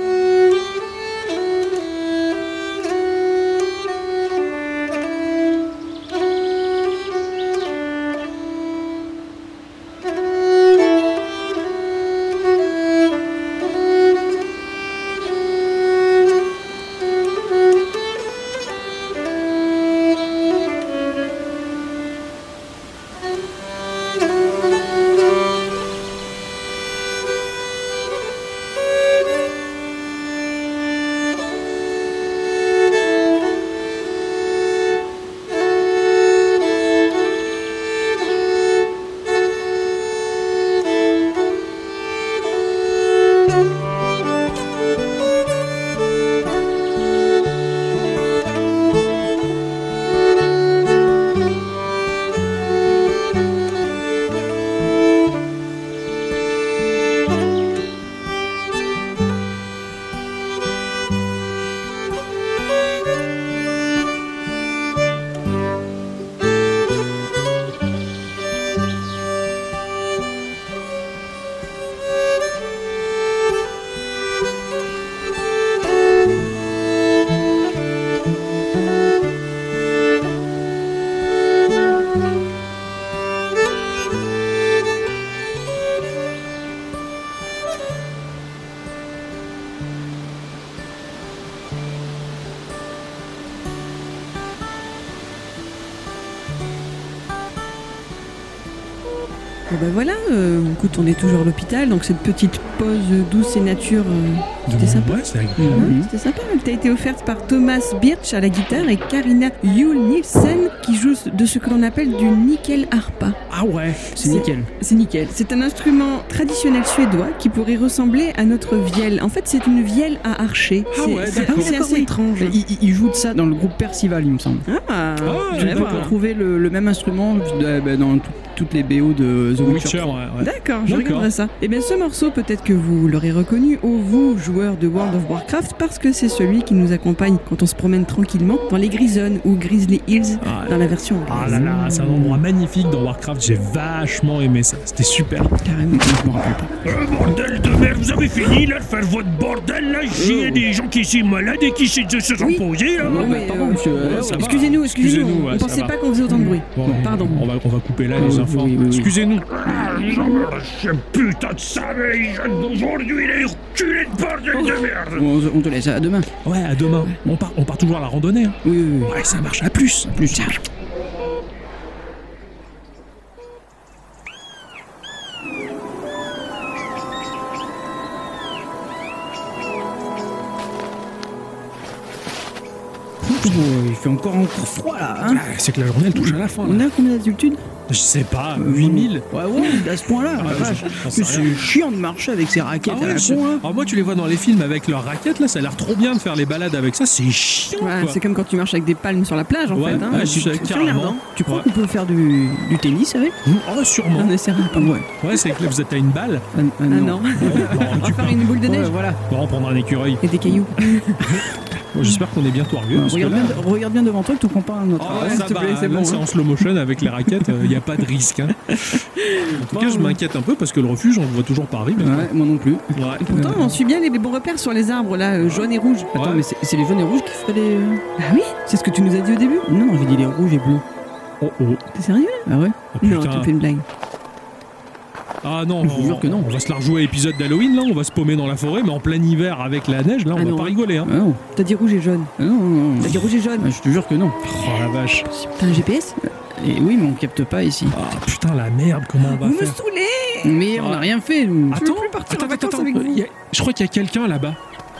Bon ben voilà, écoute, on est toujours à l'hôpital, donc cette petite pause douce et nature, c'était sympa. Ouais, c'est agréable. Mhm. C'était sympa, elle t'a été offerte par Thomas Birch à la guitare et Karina Yule Nielsen qui joue de ce que l'on appelle du nickel harpa. Ah ouais. C'est nickel. C'est nickel. C'est un instrument traditionnel suédois qui pourrait ressembler à notre vielle. En fait, c'est une vielle à archer. Ah ouais, c'est d'accord. c'est assez Oui. étrange. Il joue de ça dans le groupe Percival, il me semble. Ah, je je vais Tu peux voir. retrouver le même instrument dans toutes les BO de The Witcher. Witcher, ouais. D'accord, je D'accord. regarderai ça. Et bien ce morceau, peut-être que vous l'aurez reconnu, ô vous, joueurs de World of Warcraft, parce que c'est celui qui nous accompagne quand on se promène tranquillement dans les Grisons ou Grizzly Hills, Ah, dans la version Ah anglaise. là là, c'est un endroit magnifique dans Warcraft, j'ai vachement aimé ça, c'était super. Carrément. Je me rappelle pas. Bordel de merde, vous avez fini là de faire votre bordel là, il y a des gens qui sont malades et qui se sont Oui. posés là. Non, mais, pardon, monsieur, ça va. excusez-nous, Excusez-nous, on ouais, ça pensait va. pas qu'on faisait autant de bruit. Bon, Pardon. On va couper là les Oui, enfants. oui, oui, oui. Excusez-nous. Ce putain de savais, les jeunes d'aujourd'hui, les reculés de bordel de merde. On te laisse à demain. Ouais, à demain. On part toujours à la randonnée. Hein. Oui, oui, oui. Ouais, ça marche. À plus. Plus. Il fait encore froid là, hein. C'est que la journée elle touche à la fin. On Là. a combien d'altitude? Je sais pas, 8000. Ouais, à ce point-là. Ah, la vache. j'en sais C'est rien. chiant de marcher avec ces raquettes à la con, là. Alors moi tu les vois dans les films avec leurs raquettes là, ça a l'air trop bien de faire les balades avec ça, c'est chiant Ouais, quoi. c'est comme quand tu marches avec des palmes sur la plage en Ouais, fait. Hein. ouais, je suis carrément. regardant. Tu crois Ouais. qu'on peut faire du tennis avec? Oh sûrement. On essaiera. Ah ouais. Ouais, c'est que là vous êtes à une balle. Ah, Ah non. Non, On tu va faire peux. une boule de Ouais, neige voilà. On va prendre un écureuil. et des cailloux. Bon, j'espère qu'on est bientôt arrivé. parce que Regarde, là- regarde bien devant toi, tu comprends pas un autre. Oh, Ouais, ça s'il te va, plaît, c'est là, bon, c'est hein. en slow motion avec les raquettes, il n'y a pas de risque. Hein. En tout cas, je m'inquiète un peu parce que le refuge, on ne le voit toujours pas arriver. Ouais, moi non plus. Ouais. Pourtant, on suit bien les bons repères sur les arbres là, jaunes et rouges. Attends, Ouais. mais c'est les jaunes et rouges qui feraient les. Bah oui, c'est ce que tu nous as dit au début. Non, j'ai dit les rouges et bleus. Oh oh. T'es sérieux là? Ah ouais? Oh, Non, putain. tu me fais une blague. Ah non, Je vous jure que non. On va se la rejouer à épisode d'Halloween là, on va se paumer dans la forêt, mais en plein hiver avec la neige là, on Ah va non. pas rigoler. Hein. Ah non. T'as dit rouge et jaune. Ah non, non, non. T'as dit rouge et jaune. Ah, je te jure que non. Oh la vache. T'as un GPS? Et oui, mais on capte pas ici. Ah putain la merde, comment on va Vous me faire? saoulez! Mais on n'a rien fait, nous. Je veux plus partir en vacances avec vous. Je crois qu'il y a quelqu'un là-bas.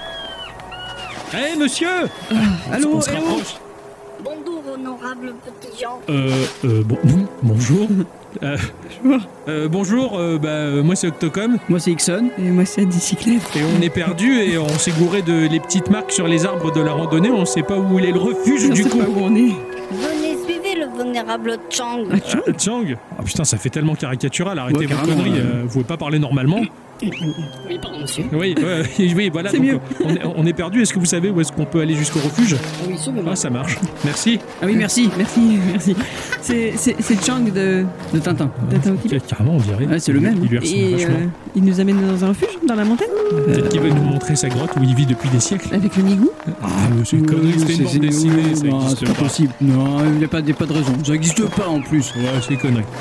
Hé monsieur! Allô, On se allô. rapproche. Bonjour, honorable petit Jean. Bonjour. Bonjour, moi c'est Octocom Moi, c'est Ixon. Et moi, c'est à bicyclette. et on est perdu et on s'est gouré de les petites marques sur les arbres de la randonnée, on sait pas où il est le refuge Je du sais coup. pas où on est. Venez, suivez le vénérable Chang. Chang. Ah putain, ça fait tellement caricatural, arrêtez Ouais, vos carrément, conneries, ouais. vous pouvez pas parler normalement. Oui, pardon, monsieur. Oui, oui, voilà. C'est donc, mieux. on est perdu, est-ce que vous savez où est-ce qu'on peut aller jusqu'au refuge? Oui, suivez-moi. Ah ça marche, merci. Ah oui, merci. Merci, merci. C'est Chang de De Tintin. Tintin au Tibet. Carrément on dirait. Ouais, c'est le même. Il lui ressemble Et vachement. il nous amène dans un refuge, dans la montagne, Peut-être qu'il veut nous montrer sa grotte où il vit depuis des siècles. avec le migou. Ah, c'est une connerie, c'était une bande dessinée, ça Non, existe c'est pas pas. possible. Non, il n'y a pas de raison. Ça n'existe pas en plus. Ouais, c'est une connerie.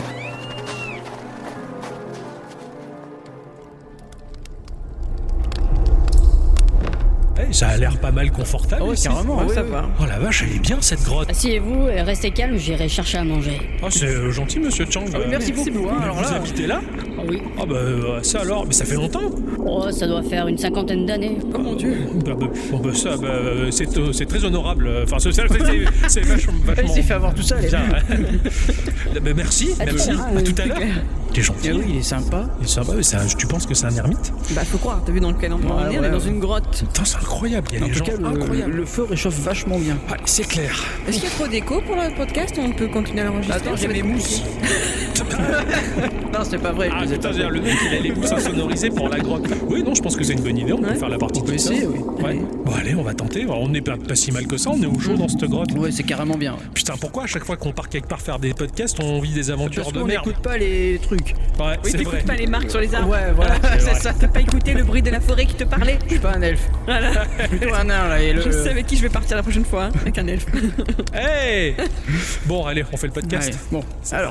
Eh, ça a l'air pas mal confortable. Ah ouais, ici. carrément, ouais, ça ouais. va. Oh la vache, elle est bien cette grotte. Asseyez-vous et restez calme, j'irai chercher à manger. Oh, c'est gentil, monsieur Chang. Ah oui, merci beaucoup. Hein, alors Vous là, habitez là? Ah oui. Ah bah ça alors, mais ça fait longtemps. Oh, ça doit faire une 50aine d'années. Oh mon dieu. C'est très honorable. Enfin, c'est vachement. il s'est fait avoir tout ça. Les... Bien. Bah, merci, À tout merci. à l'heure. À tout à l'heure. T'es gentil. Ah oui, il est sympa. Il est sympa, mais tu penses que c'est un ermite? Bah faut croire, t'as vu dans quel endroit on est? On est dans une grotte. Putain, c'est incroyable. Il y a En des tout gens cas, incroyables. le feu réchauffe vachement bien. Ouais, c'est clair. Est-ce qu'il y a trop d'écho pour le podcast ou on peut continuer à l'enregistrer? Attends, Ça j'ai va mes être mousses. compliqué. Non, c'est pas vrai. Ah putain, j'ai le mec, il a les mousses insonorisées pour la grotte. Oui, non, je pense que c'est une bonne idée. On peut Ouais. faire la partie On peut toute seule. essayer, oui. Ouais. Bon, allez, on va tenter. On n'est pas si mal que ça. On est au chaud dans cette grotte. Ouais, c'est carrément bien. Ouais. Putain, pourquoi à chaque fois qu'on part quelque part faire des podcasts, on vit des aventures Parce de qu'on merde? n'écoute pas les trucs. Ouais, Oui, c'est vrai. t'écoutes pas les marques sur les arbres. Ouais, voilà, c'est c'est vrai. ça. T'as pas écouté le bruit de la forêt qui te parlait? Je suis pas un elfe. Voilà. Plutôt un nain là. Et le... Je sais avec qui je vais partir la prochaine fois, hein, avec un elfe. Hey. Bon, allez, on fait le podcast. Allez, bon, alors.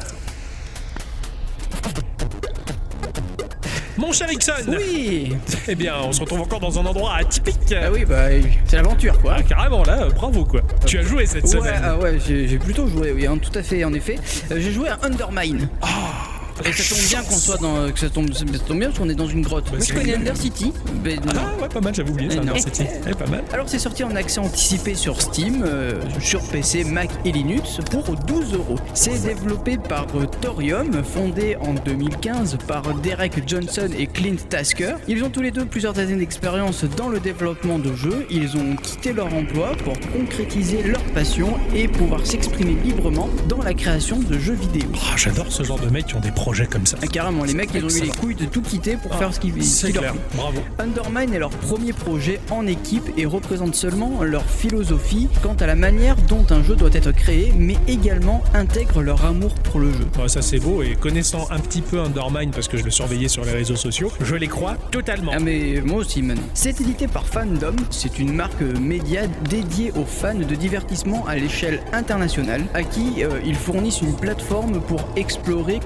Mon cher Ixon. Oui. Eh bien, on se retrouve encore dans un endroit atypique. Ah oui, bah c'est l'aventure quoi. Ah, carrément, là, bravo quoi. Tu as joué cette Ouais, semaine. ouais, j'ai plutôt joué, oui, hein, tout à fait, en effet. J'ai joué à Undermine. Et ça tombe bien qu'on soit dans. Que ça tombe bien parce qu'on est dans une grotte. Bah, Moi je connais Undercity. Ben, non. Ah ouais, pas mal, j'avais oublié ça. Non. Undercity. Ouais, pas mal. Alors c'est sorti en accès anticipé sur Steam, sur PC, Mac et Linux pour 12 €. C'est développé par Thorium, fondé en 2015 par Derek Johnson et Clint Tasker. Ils ont tous les deux plusieurs années d'expérience dans le développement de jeux. Ils ont quitté leur emploi pour concrétiser leur passion et pouvoir s'exprimer librement dans la création de jeux vidéo. Ah, j'adore ce genre de mecs qui ont des projets comme ça. Ah, carrément, les mecs ils ont eu les couilles de tout quitter pour faire ce qu'ils C'est leur clair, plaît. bravo. Undermine est leur premier projet en équipe et représente seulement leur philosophie quant à la manière dont un jeu doit être créé, mais également intègre leur amour pour le jeu. Ouais, ça c'est beau, et connaissant un petit peu Undermine parce que je le surveillais sur les réseaux sociaux, je les crois totalement. Ah mais moi aussi maintenant. C'est édité par Fandom, c'est une marque média dédiée aux fans de divertissement à l'échelle internationale, à qui ils fournissent une plateforme pour explorer, contribuer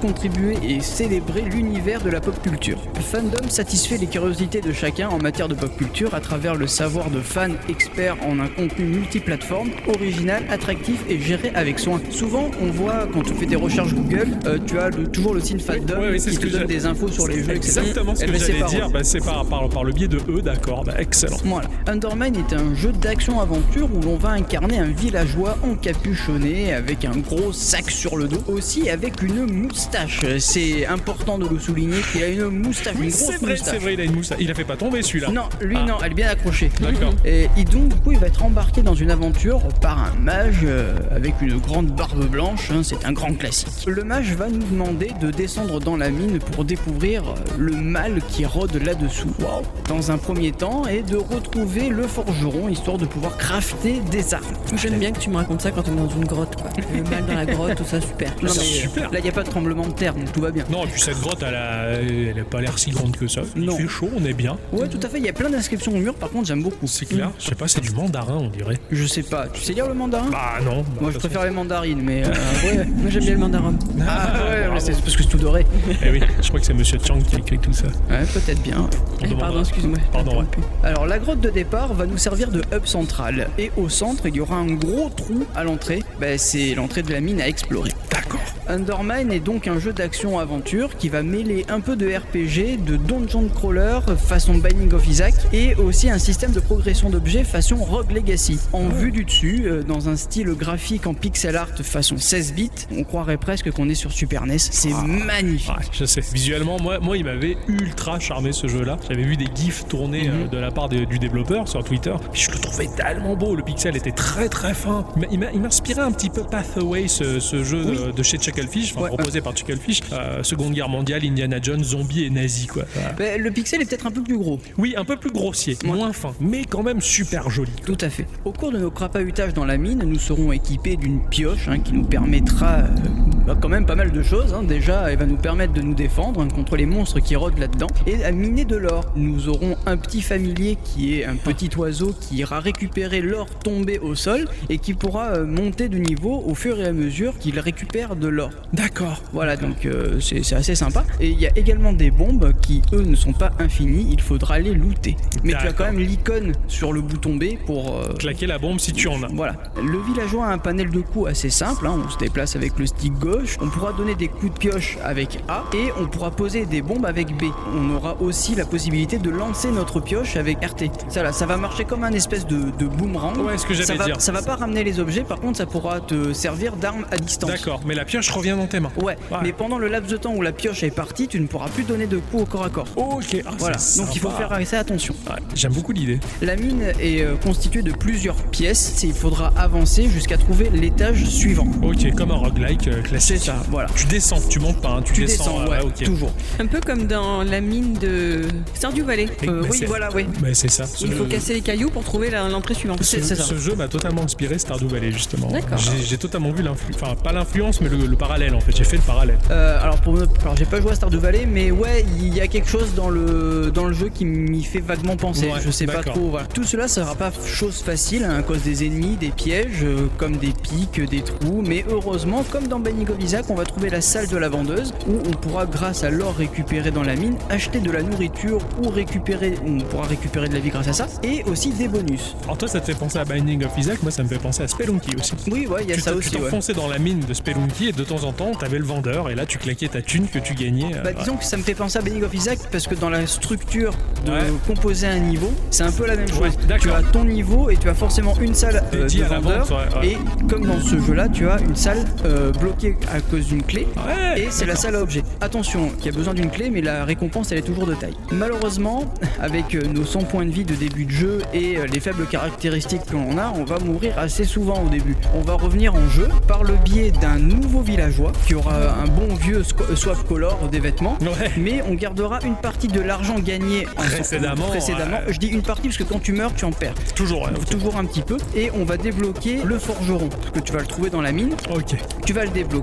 saluer et célébrer l'univers de la pop culture. Fandom satisfait les curiosités de chacun en matière de pop culture à travers le savoir de fans experts en un contenu multiplateforme, original, attractif et géré avec soin. Souvent, on voit quand tu fais des recherches Google, tu as toujours le signe Fandom qui te donne des infos sur les jeux, etc. Exactement ce que j'allais dire, c'est par le biais de eux, d'accord, excellent. Voilà. Undermine est un jeu d'action-aventure où l'on va incarner un villageois encapuchonné avec un gros sac sur le dos, aussi avec une moustache. C'est important de le souligner qu'il a une moustache, une grosse moustache. C'est vrai, il a une moustache. Il a fait pas tomber celui-là. Non, lui non, elle est bien accrochée. D'accord. Et donc du coup, il va être embarqué dans une aventure par un mage avec une grande barbe blanche. C'est un grand classique. Le mage va nous demander de descendre dans la mine pour découvrir le mal qui rôde là-dessous. Wow. Dans un premier temps, et de retrouver le forgeron histoire de pouvoir crafter des armes. J'aime bien que tu me racontes ça quand on est dans une grotte, quoi. Le mal dans la grotte, tout ça, super. Non, mais, super. Là, il n'y a pas de tremblement de terre, donc tout va bien. Non, et puis cette grotte, elle a pas l'air si grande que ça. Non. Il fait chaud, on est bien. Ouais, tout à fait. Il y a plein d'inscriptions au mur, par contre, j'aime beaucoup. C'est clair. Je sais pas, c'est du mandarin, on dirait. Je sais pas. Tu sais lire le mandarin? Bah non. Moi, je préfère les mandarines, mais ouais. Moi, j'aime bien le mandarin. Ah ouais, mais c'est parce que c'est tout doré. Eh oui, je crois que c'est Monsieur Chang qui a écrit tout ça. Ouais, peut-être bien. Pardon, excuse-moi. Pardon, ouais. Alors, la grotte de départ va nous servir de hub central. Et au centre, il y aura un gros trou à l'entrée. C'est l'entrée de la mine à explorer. D'accord. Undermine est donc un jeu d'action-aventure qui va mêler un peu de RPG, de dungeon crawler façon Binding of Isaac et aussi un système de progression d'objets façon Rogue Legacy. En vue du dessus, dans un style graphique en pixel art façon 16 bits, on croirait presque qu'on est sur Super NES. C'est magnifique. Ouais, je sais. Visuellement, moi, il m'avait ultra charmé ce jeu-là. J'avais vu des gifs tournés de la part du développeur sur Twitter. Puis je le trouvais tellement beau. Le pixel était très très fin. Il m'inspirait un petit peu Pathaway, ce jeu de chez Chucklefish, proposé par Chucklefish. Seconde Guerre mondiale, Indiana Jones, zombies et nazis, quoi. Le pixel est peut-être un peu plus gros. Oui, un peu plus grossier, moins fin, mais quand même super joli. Tout à fait. Au cours de nos crapahutages dans la mine, nous serons équipés d'une pioche qui nous permettra quand même pas mal de choses. Déjà, elle va nous permettre de nous défendre contre les monstres qui rôdent là-dedans et à miner de l'or. Nous aurons un petit familier qui est un petit oiseau qui ira récupérer l'or tombé au sol et qui pourra monter de niveau au fur et à mesure qu'il récupère de l'or. D'accord. Voilà, donc c'est assez sympa. Et il y a également des bombes qui, eux, ne sont pas infinies. Il faudra les looter. Mais tu as quand même l'icône sur le bouton B pour... claquer la bombe si tu en as. Voilà. Le villageois a un panel de coups assez simple. On se déplace avec le stick gauche. On pourra donner des coups de pioche avec A. Et on pourra poser des bombes avec B. On aura aussi la possibilité de lancer notre pioche avec RT. Ça va marcher comme un espèce de boomerang. Ouais, ce que j'allais dire. Ça va pas ramener les objets. Par contre, ça pourra te servir d'arme à distance. D'accord, mais la pioche revient dans tes mains. Ouais, mais pendant le laps de temps où la pioche est partie, tu ne pourras plus donner de coups au corps à corps. Ok, voilà. Donc il faut faire assez attention. Ouais, j'aime beaucoup l'idée. La mine est constituée de plusieurs pièces et il faudra avancer jusqu'à trouver l'étage suivant. Ok, comme un roguelike classique. C'est ça, voilà. Tu descends, tu montes pas, tu descends. Ouais, okay. Toujours. Un peu comme dans la mine de Stardew Valley. Oui, voilà, oui. Mais c'est ça. Il faut casser les cailloux pour trouver l'entrée suivante. C'est ça. Ce jeu m'a totalement inspiré Stardew Valley, justement. D'accord. J'ai totalement vu l'influence, enfin pas l'influence, mais le parallèle en fait. J'ai fait le parallèle. Alors j'ai pas joué à Stardew Valley, mais ouais, il y a quelque chose dans le jeu qui m'y fait vaguement penser. Ouais, je sais pas trop. Voilà. Tout cela sera pas chose facile à cause des ennemis, des pièges, comme des pics, des trous. Mais heureusement, comme dans Binding of Isaac, on va trouver la salle de la vendeuse où on pourra, grâce à l'or récupéré dans la mine, acheter de la nourriture ou on pourra récupérer de la vie grâce à ça, et aussi des bonus. Alors toi, ça te fait penser à Binding of Isaac, moi ça me fait penser à Spelunky aussi. Oui, ouais, il y a ça aussi. Tu t'enfonçais dans la mine de Spelunky et de temps en temps, t'avais le vendeur et là tu claquais ta thune que tu gagnais. Disons que ça me fait penser à Binding of Isaac parce que dans la structure de composer un niveau, c'est un peu la même chose. Tu as ton niveau et tu as forcément une salle de vendeur et comme dans ce jeu-là, tu as une salle bloquée à cause d'une clé et c'est la salle à objet. Attention, il y a besoin d'une clé mais la récompense elle est toujours de taille. Malheureusement, avec nos 100 points de vie de début de jeu et les faibles caractéristiques que l'on a, on va mourir assez souvent au début. On va revenir en jeu par le biais d'un nouveau villageois qui aura un bon vieux swap color des vêtements, mais on gardera une partie de l'argent gagné précédemment. Je dis une partie parce que quand tu meurs, tu en perds. Toujours un petit peu. Et on va débloquer le forgeron parce que tu vas le trouver dans la mine. Ok. Tu vas le débloquer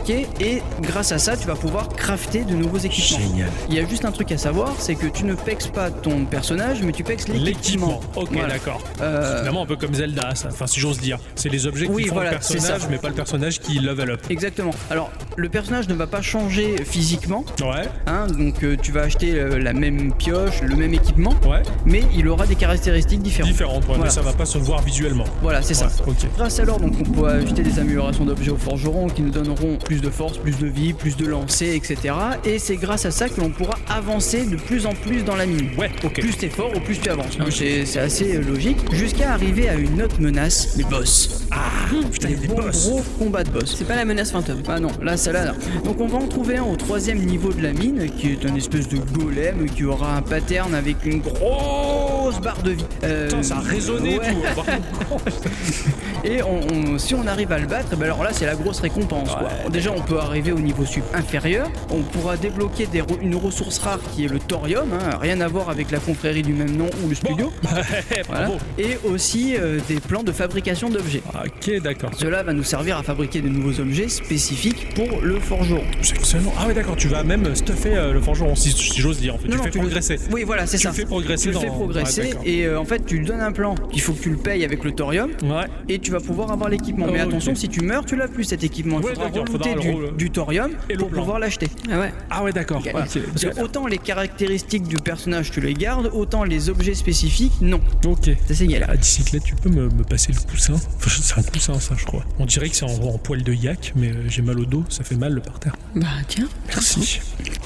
débloquer et grâce à ça, tu vas pouvoir crafter de nouveaux équipements. Génial. Il y a juste un truc à savoir, c'est que tu ne pexes pas ton personnage, mais tu pexes l'équipement. Ok, Voilà. d'accord. C'est vraiment un peu comme Zelda, ça. Enfin, si j'ose dire. C'est les objets qui Oui, font voilà, le personnage, c'est ça. mais pas le personnage qui level up. Exactement. Alors, le personnage ne va pas changer physiquement, Ouais, hein, donc tu vas acheter la même pioche, le même équipement, ouais. mais il aura des caractéristiques différentes. Différentes, ouais, Voilà. mais ça va pas se voir visuellement. Voilà, c'est ça. Ouais, ok. Grâce à l'or, donc on peut acheter des améliorations d'objets au forgeron qui nous donneront plus de force, plus de vie, plus de lancer, etc. Et c'est grâce à ça que l'on pourra avancer de plus en plus dans la mine. Ouais, ok. Plus t'es fort, au plus tu avances. Donc c'est assez logique. Jusqu'à arriver à une autre menace, les boss. Putain, il y a des Bons boss. gros combats de boss. C'est pas la menace fantôme. Ah non, là, celle-là, non. Donc on va en trouver un au 3e niveau de la mine, qui est un espèce de golem qui aura un pattern avec une grosse barre de vie. Putain, ça a résonné ouais. tout. Et si on arrive à le battre, ben alors là c'est la grosse récompense. Quoi. Déjà on peut arriver au niveau inférieur, on pourra débloquer une ressource rare qui est le thorium, hein, rien à voir avec la confrérie du même nom ou le studio. Voilà. Bravo. Et aussi des plans de fabrication d'objets. Ok, d'accord. Cela va nous servir à fabriquer de nouveaux objets spécifiques pour le forgeron. C'est excellent. Ah ouais, d'accord, tu vas même stuffer le forgeron, si j'ose dire. En fait, Non, tu non, fais tu le- progresser. Oui, voilà, c'est Tu ça. le fais progresser Tu le dans- fais progresser Ouais, d'accord. et en fait, tu lui donnes un plan qu'il faut que tu le payes avec le thorium Ouais. et tu vas pouvoir avoir l'équipement. Mais Oh, attention, ok. si tu meurs, tu l'as plus cet équipement. Il Ouais, faudra d'accord, remonter faudra le du thorium et le pour plan. pouvoir l'acheter. Ah ouais. Ah ouais, d'accord. Voilà. Ok. Parce que autant les caractéristiques du personnage tu les gardes, autant les objets spécifiques non. Ok. Ça c'est galère. La bicyclette, tu peux me passer le coussin? Enfin, c'est un coussin, ça, je crois. On dirait que c'est en poil de yak, mais j'ai mal au dos, ça fait mal le parterre. Bah tiens. Merci.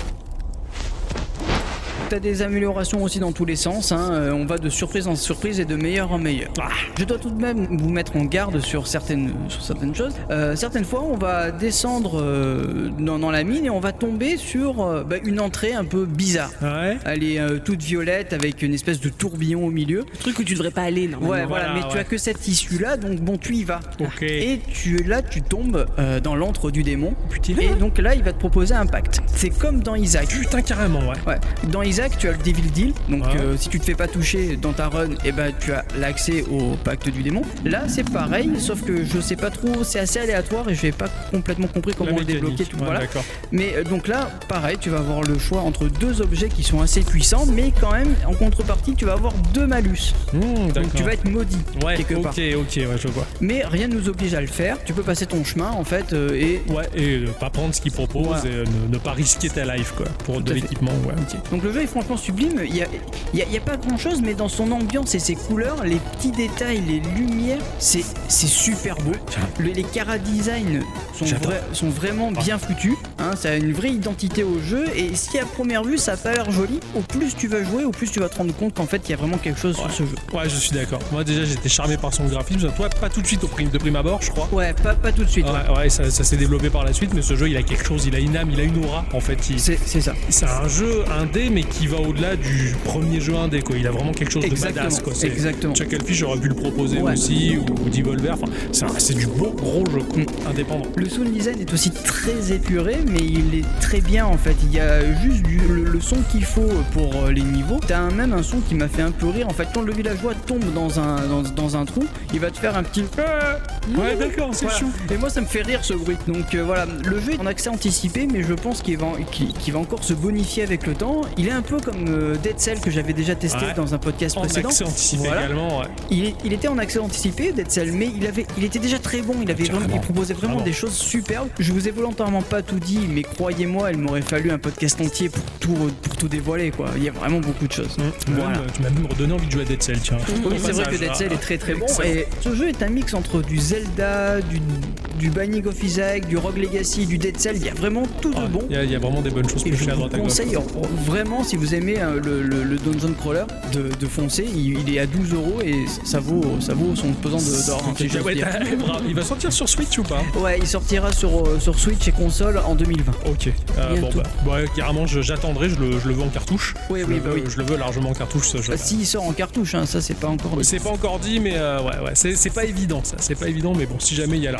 T'as des améliorations aussi dans tous les sens, hein. On va de surprise en surprise et de meilleur en meilleur. Je dois tout de même vous mettre en garde sur certaines choses. Certaines fois, on va descendre dans la mine et on va tomber sur une entrée un peu bizarre. Ouais. Elle est toute violette avec une espèce de tourbillon au milieu. Le truc où tu devrais pas aller normalement. Ouais, voilà, mais tu ouais. as que cette issue-là, donc bon, tu y vas. Ok. Et tu tombes dans l'antre du démon. Putain. Et donc là, il va te proposer un pacte. C'est comme dans Isaac. Putain, carrément, ouais. Ouais. Dans Isaac, tu as le Devil Deal, donc Ouais. si tu te fais pas toucher dans ta run, et ben tu as l'accès au pacte du démon. Là, c'est pareil, sauf que je sais pas trop, c'est assez aléatoire et je n'ai pas complètement compris comment La le mécanique. débloquer. Tout, Ouais, voilà. d'accord. Mais donc là, pareil, tu vas avoir le choix entre deux objets qui sont assez puissants, mais quand même, en contrepartie, tu vas avoir deux malus. Donc D'accord. tu vas être maudit Ouais, quelque part. ok, ouais, je vois. Mais rien ne nous oblige à le faire. Tu peux passer ton chemin en fait et Ouais, et pas prendre ce qu'il propose Voilà. et ne pas risquer ta life, quoi, pour Tout de à fait. l'équipement, ouais, ok. donc le jeu est franchement sublime. Il y a pas grand chose, mais dans son ambiance et ses couleurs, les petits détails, les lumières, c'est super beau. Les chara-design J'adore. sont vraiment bien foutus. Hein, ça a une vraie identité au jeu. Et si à première vue ça a pas l'air joli, au plus tu vas jouer, au plus tu vas te rendre compte qu'en fait il y a vraiment quelque chose sur ce jeu. Ouais, je suis d'accord. Moi, déjà, j'étais charmé par son graphisme. Toi, pas tout de suite de prime abord, je crois. Ouais, pas tout de suite. Ouais, ça s'est développé par la suite, mais ce jeu, il a quelque chose, il a une âme, il a une aura, en fait. C'est ça. C'est un jeu indé, mais qui va au-delà du premier jeu indé, quoi. Il a vraiment quelque chose Exactement, de badass, quoi. exactement. Chucklefish aurait pu le proposer Ouais. aussi, ou Devolver. Enfin, c'est du beau, gros jeu, quoi, indépendant. Le sound design est aussi très épuré, mais il est très bien en fait. Il y a juste le son qu'il faut pour les niveaux. T'as même un son qui m'a fait un peu rire. En fait, quand le villageois tombe dans un trou, il va te faire un petit. Ouais, d'accord, c'est Voilà. chou. Et moi, ça me fait rire ce bruit. Donc voilà, le jeu est en accès anticipé, mais je pense qu'il va encore se bonifier avec le temps. Il est un peu comme Dead Cell que j'avais déjà testé Ouais. dans un podcast En précédent. accès anticipé Voilà. également, ouais. Il était en accès anticipé, Dead Cell, mais il était déjà très bon. Il proposait vraiment Carrément. des choses superbes. Je vous ai volontairement pas tout dit, mais croyez-moi, il m'aurait fallu un podcast entier pour tout dévoiler, quoi. Il y a vraiment beaucoup de choses. Voilà. Tu m'as même redonné envie de jouer à Dead Cell, tiens. Oui, Au c'est vrai passage, que Dead Cell ah, est très très bon. excellent. Et ce jeu est un mix entre du Zelda, du Binding of Isaac, du Rogue Legacy, du Dead Cell. Il y a vraiment tout de Ah, bon. Il y a vraiment des bonnes choses Et que je je fais à vous droite à gauche. conseille vraiment, si vous aimez le Dungeon Crawler, de foncer. Il est à 12 € et ça vaut son pesant d'or. hein, si j'ose Ouais, dire. bravo. Il va sortir sur Switch ou pas? Ouais, il sortira sur Switch et console en 2020. Ok. Bientôt. Ouais, carrément, j'attendrai, je le veux en cartouche. Oui, Je oui, le bah veux- oui. Je le veux largement en cartouche, ce jeu. S'il sort en cartouche, hein, ça c'est pas encore dit. C'est pas encore dit, mais ouais, c'est pas évident, ça. C'est pas évident, mais bon, si jamais il y a la rumeur ou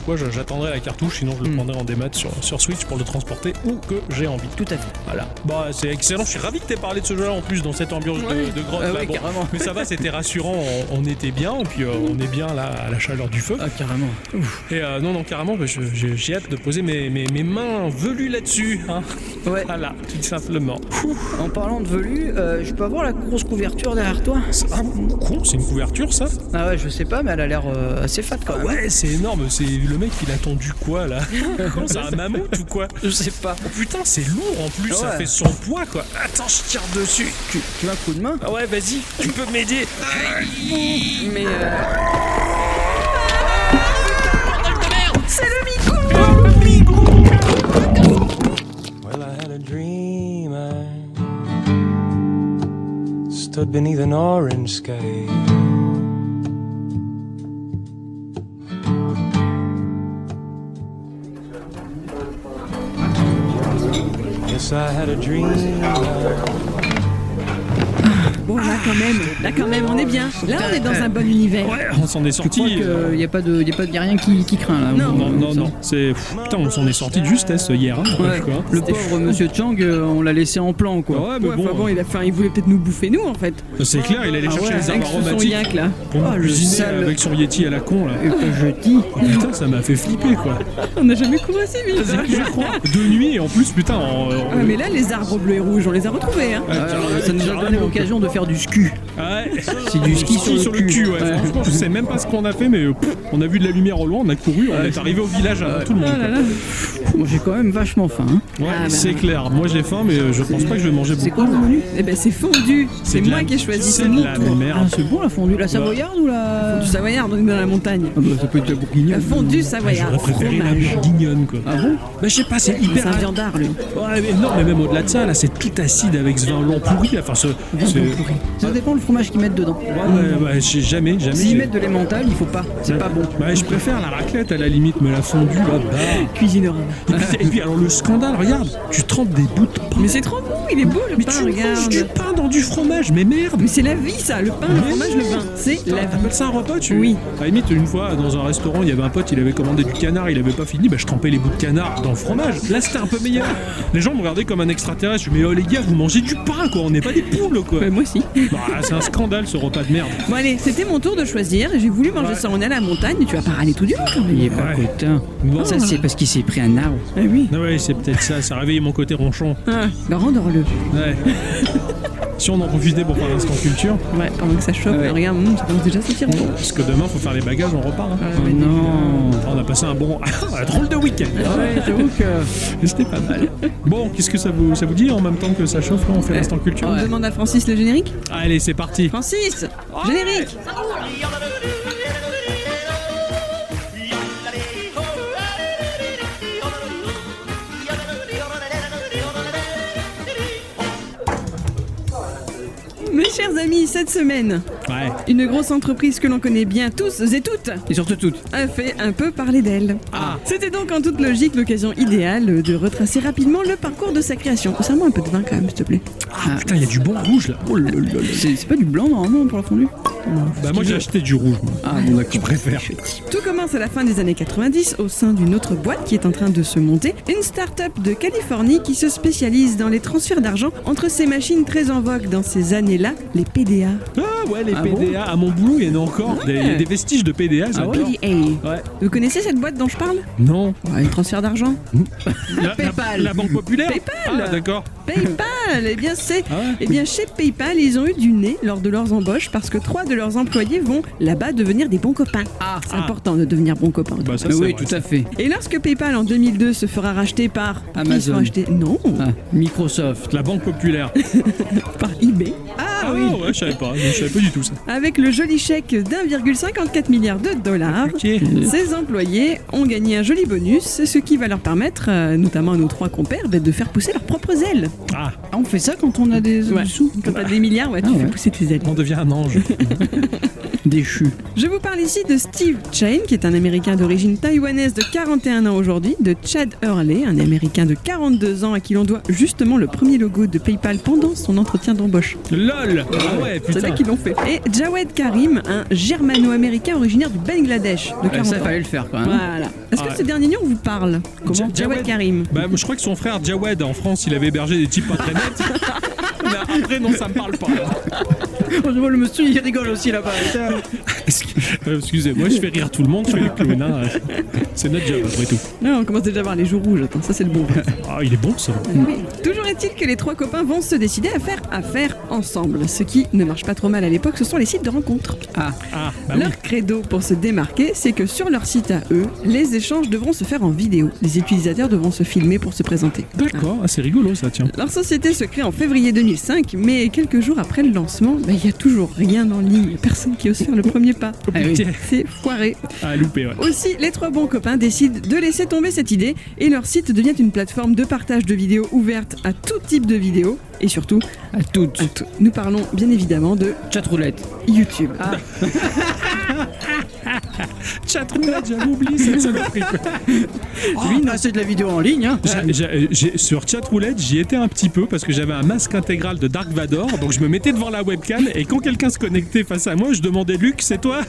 quoi, j'attendrai la cartouche, sinon je le prendrai en démat sur Switch pour le transporter où que j'ai envie. Tout à fait. Voilà. Bah, c'est excellent. Je suis ravi que t'aies parlé de ce jeu-là en plus dans cette ambiance de grotte. Là, ouais, bon. carrément. Mais ça va, c'était rassurant. On était bien, et puis on est bien là à la chaleur du feu. Ah, carrément. Et non, carrément, bah, j'ai hâte de poser mes mains velues là-dessus. Hein. Ouais. Voilà, tout simplement. En parlant de velu, je peux avoir la grosse couverture derrière toi? Ah, con, c'est une couverture ça? Ah ouais, je sais pas, mais elle a l'air assez fat quand même. Ouais, c'est énorme. C'est le mec, il a tendu quoi là? C'est un mammouth ou quoi? Je sais pas. Oh putain, c'est lourd en plus, ça Ouais. fait son poids quoi. Attends, je tire dessus. Tu as un coup de main? Ah ouais, vas-y, tu peux m'aider. Mais Well, I had a dream. I stood beneath an orange sky. Yes, I had a dream. Bon, là quand même, on est bien. Là, on est dans un bon univers. Ouais, on s'en est je crois sorti. qu'il y a rien qui craint là. Non. C'est putain, on s'en est sorti de justesse hier. Hein, Ouais. quoi. Le pauvre Monsieur Chang, on l'a laissé en plan quoi. Ouais, mais Ouais, enfin bon, il voulait peut-être nous bouffer nous en fait. c'est clair, il allait chercher les Avec arbres son aromatiques yak là. pour nous le cuisiner sale. avec son Yeti à la con là. Et que je dis. Oh, putain, ça m'a fait flipper quoi. On n'a jamais couru assez vite. hein. Je crois. De nuit et en plus, putain. Ouais, mais là, les arbres bleus et rouges, on les a retrouvés. Hein. Ça nous a donné l'occasion de faire du ski. Ouais. C'est du ski sur le cul. ouais. Franchement, je sais même pas ce qu'on a fait, mais on a vu de la lumière au loin, on a couru, on est arrivé au village avant tout le monde. Oh là là. Moi j'ai quand même vachement faim. Hein. Ouais, Ah, bah, c'est clair. Moi j'ai faim, mais je pense pas que je vais manger beaucoup. C'est quoi le menu? Eh ben, c'est fondu. C'est de moi la- qui ai choisi. C'est C'est de mon la tour. Ah, merde. c'est bon la fondue. La savoyarde ou la. Du savoyard, on est dans la montagne. Ah bah ça peut être la bourguignonne. La fondue savoyard. J'aurais préféré la Fromage. bourguignonne quoi. Ah bon? Bah je sais pas, c'est C'est hyper. un viandard, lui. Ouais, mais non, mais même au-delà de ça, là, c'est tout acide avec ce vin blanc pourri. Là. Enfin, Ça dépend le fromage qu'ils mettent dedans. Ouais, j'ai jamais. S'ils mettent de l'emmental, il faut pas. C'est pas bon. Ouais, je préfère la raclette à la limite, mais la fondue là, bah. Cuisinera. Et puis alors le scandale, regarde, tu trempes des bouts de pain. Mais c'est trop bon, il est beau le Mais pain, tu manges regarde. du pain dans du fromage, mais merde. Mais c'est la vie ça, le pain, le Mais fromage, le vin. C'est la vie. T'appelles ça un repas, tu? Oui. À la limite, une fois, dans un restaurant, il y avait un pote, il avait commandé du canard, il avait pas fini, bah je trempais les bouts de canard dans le fromage. Là, c'était un peu meilleur. Les gens me regardaient comme un extraterrestre. Je dis, mais oh les gars, vous mangez du pain, quoi. On n'est pas des poules, quoi. Moi aussi. Bah, c'est un scandale, ce repas de merde. Bon allez, c'était mon tour de choisir. J'ai voulu manger ça. On est à la montagne, mais tu vas pas râler tout du long quand même. Il est pas Ouais. cotin. Bon. Ça c'est parce qu'il s'est pris un arbre. Ah oui. Ah ouais, c'est peut-être ça, ça réveille mon côté ronchon. Ah, bah rendors-le. Ouais. Si on en profitait pour faire l'instant culture, Ouais, pendant que ça chauffe, Ouais. regarde, ça commence déjà à sortir. parce que demain, faut faire les bagages, on repart. Hein. Oh non. On a passé un bon, un drôle de week-end. Ouais, j'avoue que. C'était pas mal. Bon, qu'est-ce que ça vous dit en même temps que ça chauffe, là, on fait l'instant culture? On demande à Francis le générique. Allez, c'est parti. Francis, générique. Mes chers amis, cette semaine, Ouais. une grosse entreprise que l'on connaît bien tous et toutes Et surtout toutes. a fait un peu parler d'elle. Ah. C'était donc en toute logique l'occasion idéale de retracer rapidement le parcours de sa création. Serre-moi un peu de vin quand même, s'il te plaît. Ah putain, il y a du bon rouge là. Oh là là là. C'est pas du blanc normalement pour la fondue? Bah moi j'ai acheté du rouge. Moi. Ah bon d'accord. Je préfère. Tout commence à la fin des années 90 au sein d'une autre boîte qui est en train de se monter, une start-up de Californie qui se spécialise dans les transferts d'argent entre ces machines très en vogue dans ces années-là, les PDA. Ah ouais, les Ah PDA. À mon boulot, il y en a encore. Il y a des vestiges de PDA, j'adore. PDA. Ouais. Vous connaissez cette boîte dont je parle? Non. Ouais, un transfert d'argent. PayPal. La banque populaire. PayPal. Ah d'accord. PayPal. Eh bien c'est, Ah ouais. eh bien chez PayPal, ils ont eu du nez lors de leurs embauches parce que 3 de leurs employés vont là-bas devenir des bons copains. Ah, C'est important de devenir bon copain. Bah ça Ah c'est oui, vrai, tout ça. à fait. Et lorsque PayPal en 2002 se fera racheter par qui Amazon. se fera racheter Non, Ah, Microsoft. La banque populaire. par eBay. Ah ouais, je savais pas. Je savais pas du tout ça. Avec le joli chèque d'1,54 milliard de dollars, Ok. ces employés ont gagné un joli bonus, ce qui va leur permettre, notamment à nos 3 compères, de faire pousser leurs propres ailes. Ah, Ah, on fait ça quand on a des Ouais. sous. Quand t'as des milliards, ouais, tu Ah fais ouais. pousser tes ailes. on devient un ange. Déchu. Je vous parle ici de Steve Chen, qui est un Américain d'origine taïwanaise de 41 ans aujourd'hui, de Chad Hurley, un Américain de 42 ans à qui l'on doit justement le premier logo de PayPal pendant son entretien d'embauche. LOL. Ah ouais, C'est là putain. qu'ils l'ont fait. Et Jawed Karim, un germano-américain originaire du Bangladesh, de 40 Ça ans. fallait le faire quand même. Voilà. Est-ce que Ouais. ce dernier nom vous parle? Comment? Jawed Karim. Bah, je crois que son frère Jawed en France, il avait hébergé des types pas très nets. Mais après, non, ça me parle pas. Oh, je vois le monsieur, il rigole aussi là-bas. Excusez-moi, je fais rire tout le monde, je fais le clown. Hein. C'est notre job après tout. Non, on commence déjà à voir les joues rouges. Attends, ça c'est le bon. Ah, il est bon ça. Toujours est-il que les trois copains vont se décider à faire affaire ensemble. Ce qui ne marche pas trop mal à l'époque, ce sont les sites de rencontres. Ah, bah oui. Leur credo pour se démarquer, c'est que sur leur site à eux, les échanges devront se faire en vidéo. Les utilisateurs devront se filmer pour se présenter. D'accord, c'est rigolo ça, tiens. Leur société se crée en février 2005, mais quelques jours après le lancement, il n'y a toujours rien en ligne. Personne qui ose faire le premier pas. Ah oui. C'est foiré. Ah, loupé, ouais. Aussi, les trois bons copains décident de laisser tomber cette idée et leur site devient une plateforme de partage de vidéos ouverte à tout type de vidéos et surtout À toutes. à tout. Nous parlons bien évidemment de Chatroulette. YouTube. Chatroulette, j'avais oublié cette saloperie. Lui, non, c'est de la vidéo en ligne. Hein. Sur Chatroulette, j'y étais un petit peu parce que j'avais un masque intégral de Dark Vador, donc je me mettais devant la webcam et quand quelqu'un se connectait face à moi, je demandais Luc, c'est toi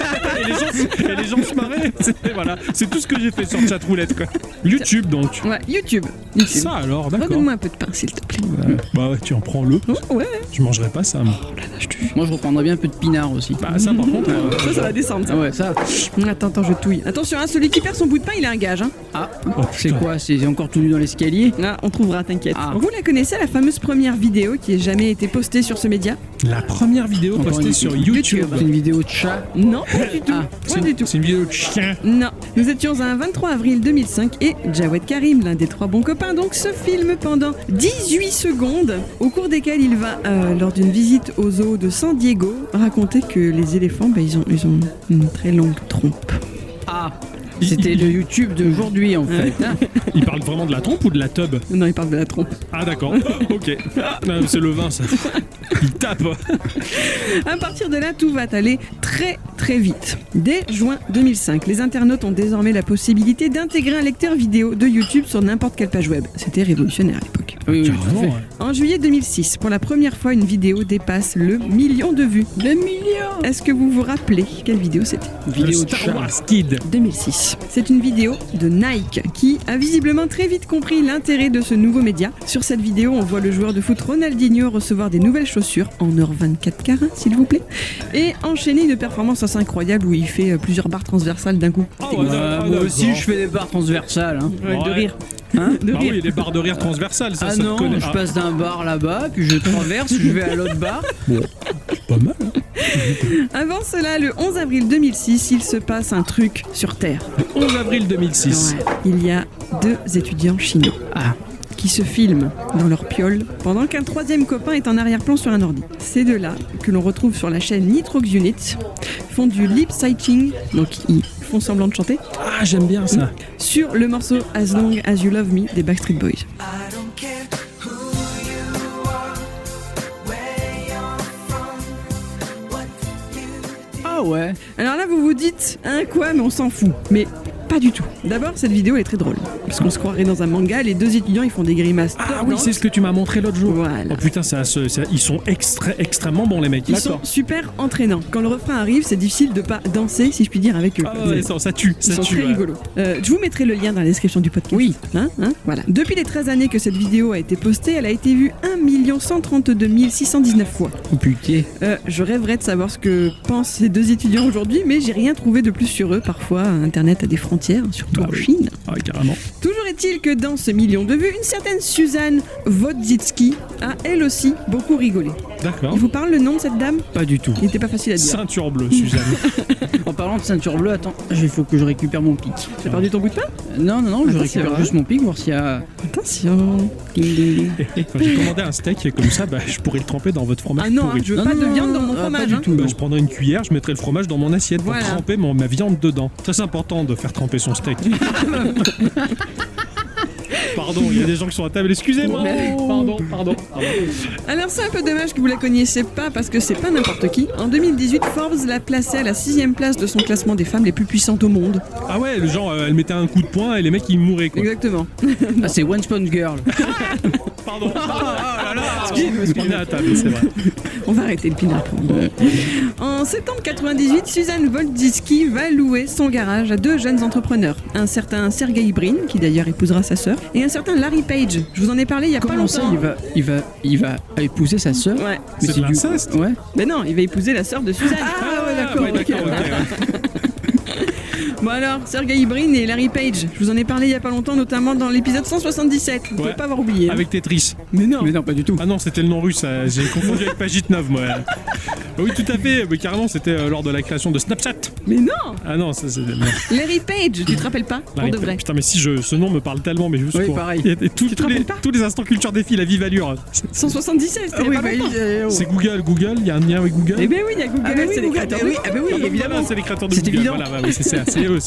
et les gens se marraient. Voilà, c'est tout ce que j'ai fait sur Chatroulette, quoi. YouTube donc. Ouais, YouTube. Ça alors, d'accord. Redonne-moi un peu de pain, s'il te plaît. Bah ouais, tu en prends le. Oh, ouais, Je mangerai pas ça. Moi. Moi, je reprendrais bien un peu de pinard aussi. Bah ça par contre. ça va descendre. Ça. Ah ouais, ça. Attends, je touille. Attention, hein, celui qui perd son bout de pain, il a un gage. Hein. Ah, Oh, c'est putain. quoi? C'est encore tout nu dans l'escalier? Ah, on trouvera, t'inquiète. Ah. Vous la connaissez, la fameuse première vidéo qui ait jamais été postée sur ce média? La première vidéo Encore postée une- sur YouTube. C'est une vidéo de chat. Non, pas du tout. Ah, Pas du tout. C'est une vidéo de chien. Non, nous étions un 23 avril 2005 et Jawed Karim, l'un des trois bons copains, donc se filme pendant 18 secondes, au cours desquelles il va, lors d'une visite au zoo de San Diego, raconter que les éléphants, ils ont une très longue trompe. Ah, c'était le YouTube d'aujourd'hui en fait. Hein. Il parle vraiment de la trompe ou de la tub? Non, il parle de la trompe. Ah d'accord, ok. C'est le vin ça. Il tape. À partir de là, tout va aller très très vite. Dès juin 2005, les internautes ont désormais la possibilité d'intégrer un lecteur vidéo de YouTube sur n'importe quelle page web. C'était révolutionnaire à l'époque. Oui, oui, tout à Carrément, fait. ouais. En juillet 2006, pour la première fois, une vidéo dépasse le million de vues. Le million. Est-ce que vous vous rappelez quelle vidéo c'était? Le Vidéo de Star chat. Wars Kid. 2006. C'est une vidéo de Nike qui a visiblement très vite compris l'intérêt de ce nouveau média. Sur cette vidéo, on voit le joueur de foot Ronaldinho recevoir des nouvelles chaussures en or 24 carats, s'il vous plaît, et enchaîner une performance assez incroyable où il fait plusieurs barres transversales d'un coup. Ah ouais, Moi aussi, je fais des barres transversales. Hein. Ouais, de Ouais. rire. Hein? De Bah rire. oui, les barres de rire transversales, ça, Ah ça te non, connaît. je passe d'un bar là-bas, puis je traverse, je vais à l'autre bar. Pas mal. Hein. Avant cela, le 11 avril 2006, il se passe un truc sur Terre. 11 avril 2006. Ouais. Il y a deux étudiants chinois Ah, qui se filment dans leur piole pendant qu'un troisième copain est en arrière-plan sur un ordi. Ces deux-là, que l'on retrouve sur la chaîne Nitrox Unit, font du lip-syncing, donc ils font semblant de chanter, Ah, j'aime bien ça. sur le morceau As Long As You Love Me des Backstreet Boys. I don't care who you are, where you're from, what you ah ouais. Alors là, vous vous dites, hein, quoi, mais on s'en fout. Mais pas du tout. D'abord, cette vidéo est très drôle. Parce qu'on se croirait dans un manga, les deux étudiants, ils font des grimaces. Ah oui, tordantes. c'est ce que tu m'as montré l'autre jour. Voilà. Oh putain, ils sont extrêmement bons les mecs. Ils sont super entraînants. Quand le refrain arrive, c'est difficile de pas danser, si je puis dire, avec eux. Ah ouais, ça tue, Ils ça sont tue. très ouais. rigolos. Je vous mettrai le lien dans la description du podcast. Oui. Voilà. Depuis les 13 années que cette vidéo a été postée, elle a été vue 1 132 619 fois. Oh putain. Je rêverais de savoir ce que pensent ces deux étudiants aujourd'hui, mais j'ai rien trouvé de plus sur eux. Parfois, Internet a des frontières, surtout Bah en oui. Chine. Ah, carrément. Toujours est-il que dans ce million de vues, une certaine Suzanne Wojcicki a elle aussi beaucoup rigolé. D'accord. Il vous parle le nom de cette dame? Pas du tout. Il n'était pas facile à dire. Ceinture bleue, Suzanne. En parlant de ceinture bleue, attends, il faut que je récupère mon pic. T'as perdu ton bout de pain? Non, non, non, je Attention, récupère hein. juste mon pic, voir s'il y a. Attention. Ding, ding, ding. Quand j'ai commandé un steak et comme ça, bah, je pourrais le tremper dans votre fromage Ah non, pourri. je veux Non, pas non, de non, viande dans non, mon pas fromage. du hein. tout. Bah, je prendrais une cuillère, je mettrais le fromage dans mon assiette pour Voilà. tremper ma viande dedans. Très important de faire tremper son steak. Pardon, il y a des gens qui sont à table, excusez-moi. Pardon. Alors c'est un peu dommage que vous la connaissiez pas parce que c'est pas n'importe qui. En 2018, Forbes l'a placée à la 6ème place de son classement des femmes les plus puissantes au monde. Ah ouais, le genre, elle mettait un coup de poing et les mecs ils mouraient quoi. Exactement. Ah, c'est One Punch Girl. Pardon. Ah là là. On est à table, c'est vrai. On va arrêter le pinard. En septembre 98, Suzanne Wojcicki va louer son garage à deux jeunes entrepreneurs. Un certain Sergey Brin, qui d'ailleurs épousera sa sœur, et un certain Larry Page. Je vous en ai parlé il y a pas Comment ça, longtemps. il va épouser sa sœur? Ouais. C'est de l'inceste. Ouais. Mais non, il va épouser la sœur de Suzanne. ok. Bon alors, Sergey Brin et Larry Page. Je vous en ai parlé il y a pas longtemps, notamment dans l'épisode 177. Vous pouvez pas avoir oublié. Hein. Avec Tetris. Mais non. Mais non, pas du tout. Ah non, c'était le nom russe, j'ai confondu avec Pagitnov moi. Oui, tout à fait, mais carrément, c'était lors de la création de Snapchat. Mais non. Ah non, ça c'est. Non. Larry Page, tu te rappelles pas? Pour de vrai. Putain, mais si ce nom me parle tellement, mais juste Oui, pour. pareil. Il y a tous les instants culture défi, la vive allure. 177, c'était il y a pas longtemps. C'est Google, il y a un lien avec Google. Eh ben oui, il y a Google, c'est les créateurs. Évidemment, c'est les créateurs de C'est Google. évident. Voilà, oui, c'est eux.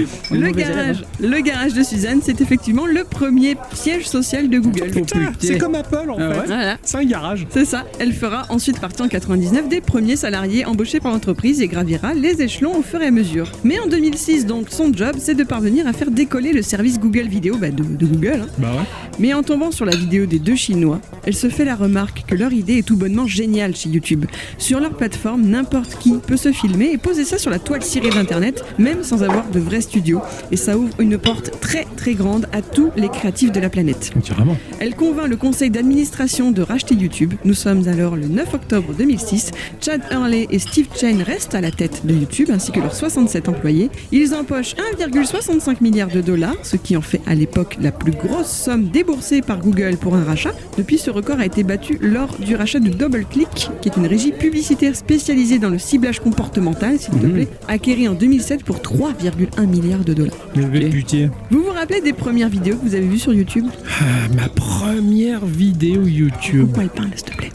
Le garage de Suzanne, c'est effectivement le premier siège social de Google. Putain, c'est comme Apple en Ah fait. ouais. Voilà. C'est un garage. C'est ça. Elle fera ensuite partie en 99 des premiers salariés embauchés par l'entreprise et gravira les échelons au fur et à mesure. Mais en 2006, donc, son job, c'est de parvenir à faire décoller le service Google Vidéo de Google. Hein. Bah ouais. Mais en tombant sur la vidéo des deux Chinois, elle se fait la remarque que leur idée est tout bonnement géniale chez YouTube. Sur leur plateforme, n'importe qui peut se filmer et poser ça sur la toile cirée d'Internet, même sans avoir de vrai studio. Et ça ouvre une porte très très grande à tous les créatifs de la planète. Carrément. Elle convainc le conseil d'administration de racheter YouTube. Nous sommes alors le 9 octobre 2006. Chad Hurley et Steve Chen restent à la tête de YouTube, ainsi que leurs 67 employés. Ils empochent 1,65 milliard de dollars, ce qui en fait à l'époque la plus grosse somme déboursée par Google pour un rachat. Depuis, ce record a été battu lors du rachat de DoubleClick, qui est une régie publicitaire spécialisée dans le ciblage comportemental, s'il te plaît, acquérie en 2007 pour 3,1 milliards de dollars. Le putier. Vous vous rappelez des premières vidéos que vous avez vues sur YouTube? Ma première vidéo YouTube. Coupe-moi le pain, s'il te plaît.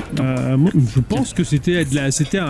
Moi, je pense que c'était de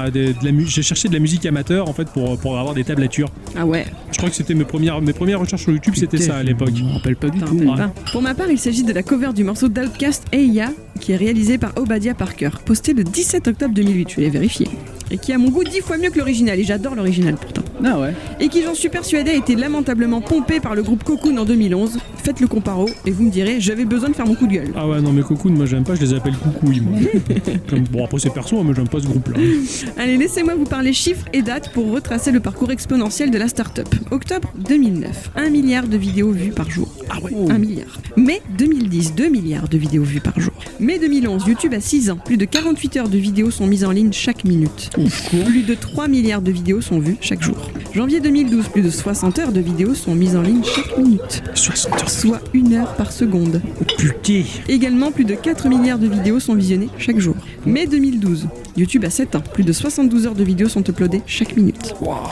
la musique. J'ai cherché de la musique amateur en fait pour avoir des tablatures. Ah ouais. Je crois que c'était mes premières recherches sur YouTube, c'était ça à l'époque. Je me rappelle pas du T'en tout. rappelles ouais. pas. Pour ma part, il s'agit de la cover du morceau d'Outkast Eya, qui est réalisé par Obadiah Parker, posté le 17 octobre 2008, je l'ai vérifié. Et qui a mon goût 10 fois mieux que l'original, et j'adore l'original pourtant. Ah ouais. Et qui, j'en suis persuadé, a été lamentablement pompé par le groupe Cocoon en 2011. Faites le comparo, et vous me direz, j'avais besoin de faire mon coup de gueule. Ah ouais, non, mais Cocoon, moi j'aime pas, je les appelle coucouilles, moi. Bon, après c'est perso, mais j'aime pas ce groupe-là. Allez, laissez-moi vous parler chiffres et dates pour retracer le parcours exponentiel de la start-up. Octobre 2009, 1 milliard de vidéos vues par jour. Ah ouais. 1 milliard. Mai 2010, 2 milliards de vidéos vues par jour. Mai 2011, YouTube a 6 ans. Plus de 48 heures de vidéos sont mises en ligne chaque minute. Plus de 3 milliards de vidéos sont vues chaque jour. Janvier 2012, plus de 60 heures de vidéos sont mises en ligne chaque minute. 60 heures. Soit 1 heure par seconde. Putain. Également, plus de 4 milliards de vidéos sont visionnées chaque jour. Mai 2012, YouTube a 7 ans. Plus de 72 heures de vidéos sont uploadées chaque minute.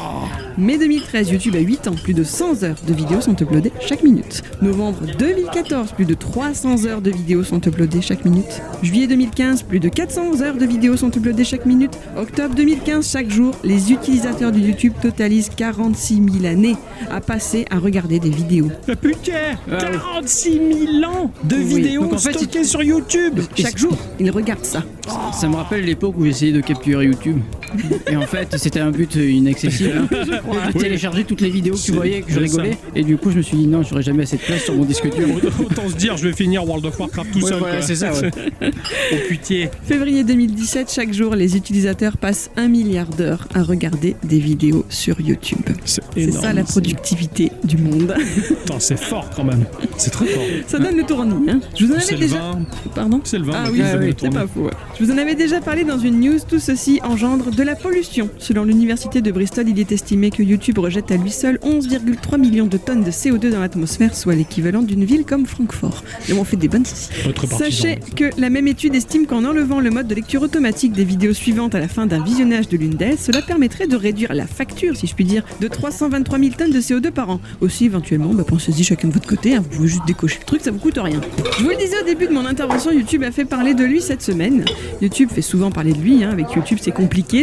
Mai 2013, YouTube a 8 ans. Plus de 100 heures de vidéos sont uploadées chaque minute. Novembre 2014, plus de 300 heures de vidéos sont uploadées chaque minute. Juillet 2015, plus de 400 heures de vidéos sont uploadées chaque minute. Octobre 2015, chaque jour, les utilisateurs de YouTube totalisent 46 000 années à passer à regarder des vidéos. Putain, 46 000 ans de Oui. vidéos Donc, en fait, stockées sur YouTube. Chaque jour, ils regardent ça. Ça me rappelle l'époque où j'essayais de capturer YouTube. Et en fait, c'était un but inaccessible. Hein. De télécharger toutes les vidéos que tu voyais, que je c'est rigolais. ça. Et du coup, je me suis dit non, j'aurais jamais assez de place sur mon disque dur. Autant se dire, je vais finir World of Warcraft tout Ouais, seul. voilà, quoi. c'est ça, ouais. Oh putain. Février 2017, chaque jour, les utilisateurs passent 1 milliard d'heures à regarder des vidéos sur YouTube. C'est C'est énorme. ça la productivité du monde. Putain, c'est fort quand même. C'est très fort. Ça donne le tournis. Hein. Je vous en C'est avais le déjà. vin. Pardon. C'est le vin. Ah moi, oui, qui me donne le c'est tournis. pas faux. Ouais. Je vous en avais déjà parlé dans une news. Tout ceci engendre de la pollution. Selon l'université de Bristol, il est estimé que YouTube rejette à lui seul 11,3 millions de tonnes de CO2 dans l'atmosphère, soit l'équivalent d'une ville comme Francfort. Et on fait des bonnes saucisses. Autre partisan. Sachez que la même étude estime qu'en enlevant le mode de lecture automatique des vidéos suivantes à la fin d'un visionnage de l'une d'elles, cela permettrait de réduire la facture, si je puis dire, de 323 000 tonnes de CO2 par an. Aussi, éventuellement, pensez-y chacun de votre côté, hein, vous pouvez juste décocher le truc, ça vous coûte rien. Je vous le disais au début de mon intervention, YouTube a fait parler de lui cette semaine. YouTube fait souvent parler de lui, hein, avec YouTube c'est compliqué,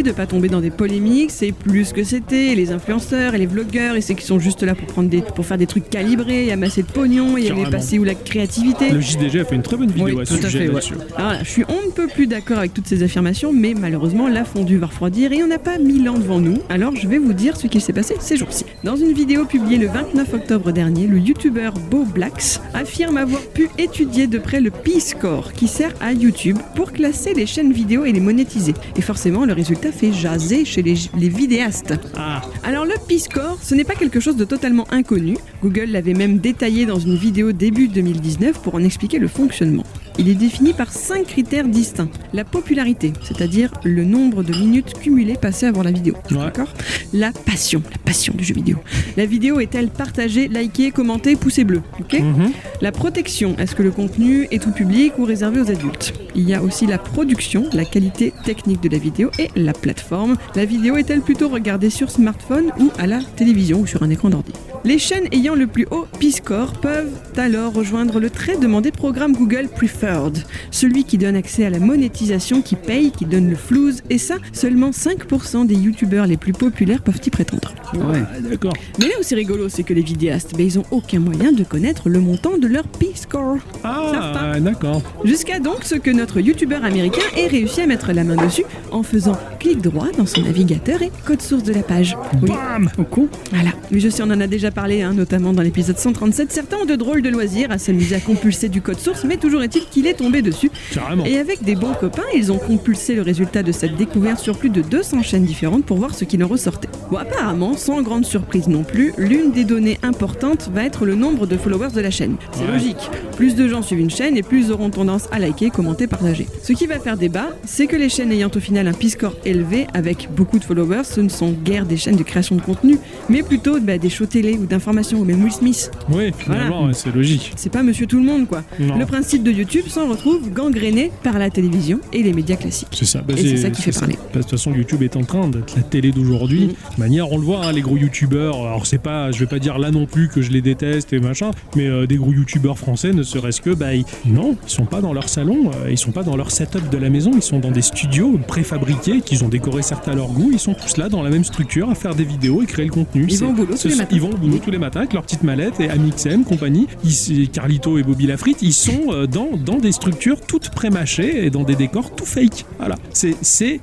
de pas tomber dans des polémiques, c'est plus ce que c'était, les influenceurs et les vlogueurs, et ceux qui sont juste là pour faire des trucs calibrés, et amasser de pognon, et Carrément. aller passer où la créativité. Le JDG a fait une très bonne vidéo Oui, à ce tout à sujet fait, ouais. là-dessus. Alors là, je suis on ne peut plus d'accord avec toutes ces affirmations, mais malheureusement la fondue va refroidir et on n'a pas 1000 ans devant nous. Alors je vais vous dire ce qu'il s'est passé ces jours-ci. Dans une vidéo publiée le 29 octobre dernier, le youtubeur Beau Blacks affirme avoir pu étudier de près le P-Score qui sert à YouTube pour classer les chaînes vidéo et les monétiser. Et forcément le résultat fait jaser chez les vidéastes. Ah, Alors le P-Score, ce n'est pas quelque chose de totalement inconnu. Google l'avait même détaillé dans une vidéo début 2019 pour en expliquer le fonctionnement. Il est défini par 5 critères distincts. La popularité, c'est-à-dire le nombre de minutes cumulées passées avant la vidéo. Ouais. D'accord ? La passion du jeu vidéo. La vidéo est-elle partagée, likée, commentée, poucé bleu ? Ok ? La protection, est-ce que le contenu est tout public ou réservé aux adultes ? Il y a aussi la production, la qualité technique de la vidéo et la plateforme. La vidéo est-elle plutôt regardée sur smartphone ou à la télévision ou sur un écran d'ordi ? Les chaînes ayant le plus haut P-score peuvent alors rejoindre le très demandé programme Google Preferred, celui qui donne accès à la monétisation qui paye, qui donne le flouze, et ça, seulement 5% des youtubeurs les plus populaires peuvent y prétendre. Ouais. ah, d'accord. Mais là où c'est rigolo, c'est que les vidéastes, ils ont aucun moyen de connaître le montant de leur P-score. Ah, d'accord. Jusqu'à donc ce que notre youtubeur américain ait réussi à mettre la main dessus en faisant clic droit dans son navigateur et code source de la page. Oui. Bam. Au coup. Voilà, mais je sais, on en a déjà parlé, notamment dans l'épisode 137. Certains ont de drôles de loisirs à s'amuser à compulser du code source, mais toujours est-il qu'il est tombé dessus. Carrément. Et avec des bons copains, ils ont compulsé le résultat de cette découverte sur plus de 200 chaînes différentes pour voir ce qu'il en ressortait. Bon, apparemment, sans grande surprise non plus, l'une des données importantes va être le nombre de followers de la chaîne. C'est Ouais. logique. Plus de gens suivent une chaîne et plus auront tendance à liker, commenter, partager. Ce qui va faire débat, c'est que les chaînes ayant au final un P-score élevé avec beaucoup de followers, ce ne sont guère des chaînes de création de contenu, mais plutôt des shows télé ou d'information, ou même Will Smith. Oui, finalement, Voilà. ouais, c'est logique. C'est pas monsieur tout le monde, quoi. Non. Le principe de YouTube s'en retrouve gangréné par la télévision et les médias classiques. C'est ça. Bah, Et c'est ça qui fait parler. De toute façon, YouTube est en train d'être la télé d'aujourd'hui. De manière, on le voit, les gros youtubeurs. Alors, c'est pas, je vais pas dire là non plus que je les déteste et machin, mais des gros youtubeurs français, ne serait-ce que, non, ils sont pas dans leur salon, ils sont pas dans leur setup de la maison, ils sont dans des studios préfabriqués qu'ils ont décorés certes à leur goût. Ils sont tous là dans la même structure à faire des vidéos et créer le contenu. Ils vont au boulot tous les matins. Ils vont au boulot tous les matins avec leur petite mallette et Amixem, compagnie. Carlito et Bobby Lafrite, ils sont dans des structures toutes pré-mâchées et dans des décors tout fake. Voilà, c'est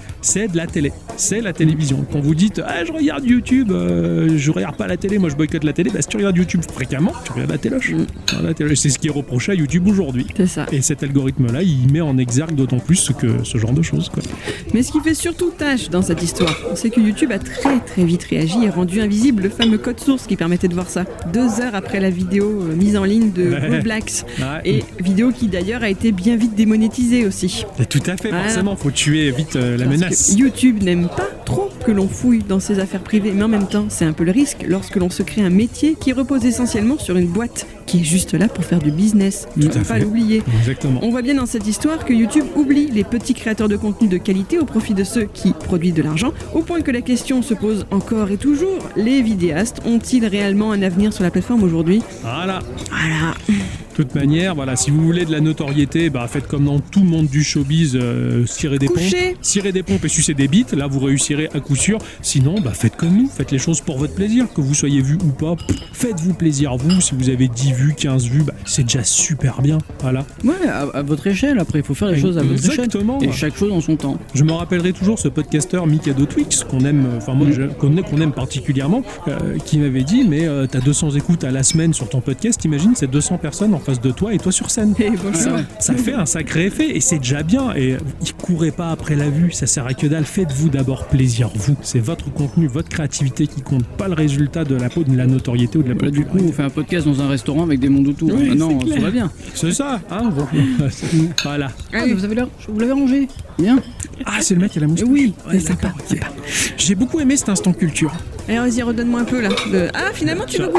de la télé, c'est la télévision. Quand vous dites je regarde YouTube, je regarde pas la télé, moi je boycotte la télé, si tu regardes YouTube fréquemment, tu regardes la téloche. Voilà, c'est ce qui est reproché à YouTube aujourd'hui. C'est ça. Et cet algorithme-là, il met en exergue d'autant plus ce genre de choses, quoi. Mais ce qui fait surtout tâche dans cette histoire, c'est que YouTube a très très vite réagi et rendu invisible le fameux code source qui permettait de voir ça 2 heures après la vidéo mise en ligne de Ouais. Beau Blacks. Ouais. Et vidéo qui d'ailleurs a été bien vite démonétisée aussi. Et tout à fait, Voilà. forcément, faut tuer vite la Parce menace. que YouTube n'aime pas trop que l'on fouille dans ses affaires privées, mais en même temps, c'est un peu le risque lorsque l'on se crée un métier qui repose essentiellement sur une boîte qui est juste là pour faire du business. Il ne Tout à faut pas fait. l'oublier. Exactement. On voit bien dans cette histoire que YouTube oublie les petits créateurs de contenu de qualité au profit de ceux qui produisent de l'argent, au point que la question se pose encore et toujours, les vidéastes ont-ils réellement un avenir sur la plateforme aujourd'hui ? Voilà. Voilà. De toute manière, voilà, si vous voulez de la notoriété, faites comme dans tout le monde du showbiz, cirez des Couchez. pompes, cirez des pompes et sucez des bites, là vous réussirez à coup sûr. Sinon, faites comme nous, faites les choses pour votre plaisir, que vous soyez vu ou pas, faites-vous plaisir vous. Si vous avez 10 vues, 15 vues, c'est déjà super bien. Voilà. Ouais, à votre échelle, après, il faut faire les choses à votre échelle. Exactement. Et chaque chose en son temps. Je me rappellerai toujours ce podcasteur Mikado Twix qu'on aime, qu'on aime particulièrement, qui m'avait dit t'as 200 écoutes à la semaine sur ton podcast, imagine c'est 200 personnes en face de toi et toi sur scène. Et bonjour. Ça fait un sacré effet et c'est déjà bien. Et courez pas après la vue, ça sert à que dalle. Faites-vous d'abord plaisir, vous. C'est votre contenu, votre créativité qui compte, pas le résultat de la notoriété ou de la Là, du coup, popularité. on fait un podcast dans un restaurant avec des mondes autour. Oui, Non, c'est clair. ça va bien. C'est ça, hein bon. Voilà. Ah, vous l'avez rangé. Bien. Ah, c'est le mec à la moustache. Oui, Ouais, c'est sympa, d'accord, ok. J'ai beaucoup aimé cet instant culture. Alors vas-y, redonne-moi un peu là. Ah, finalement tu veux goûter ?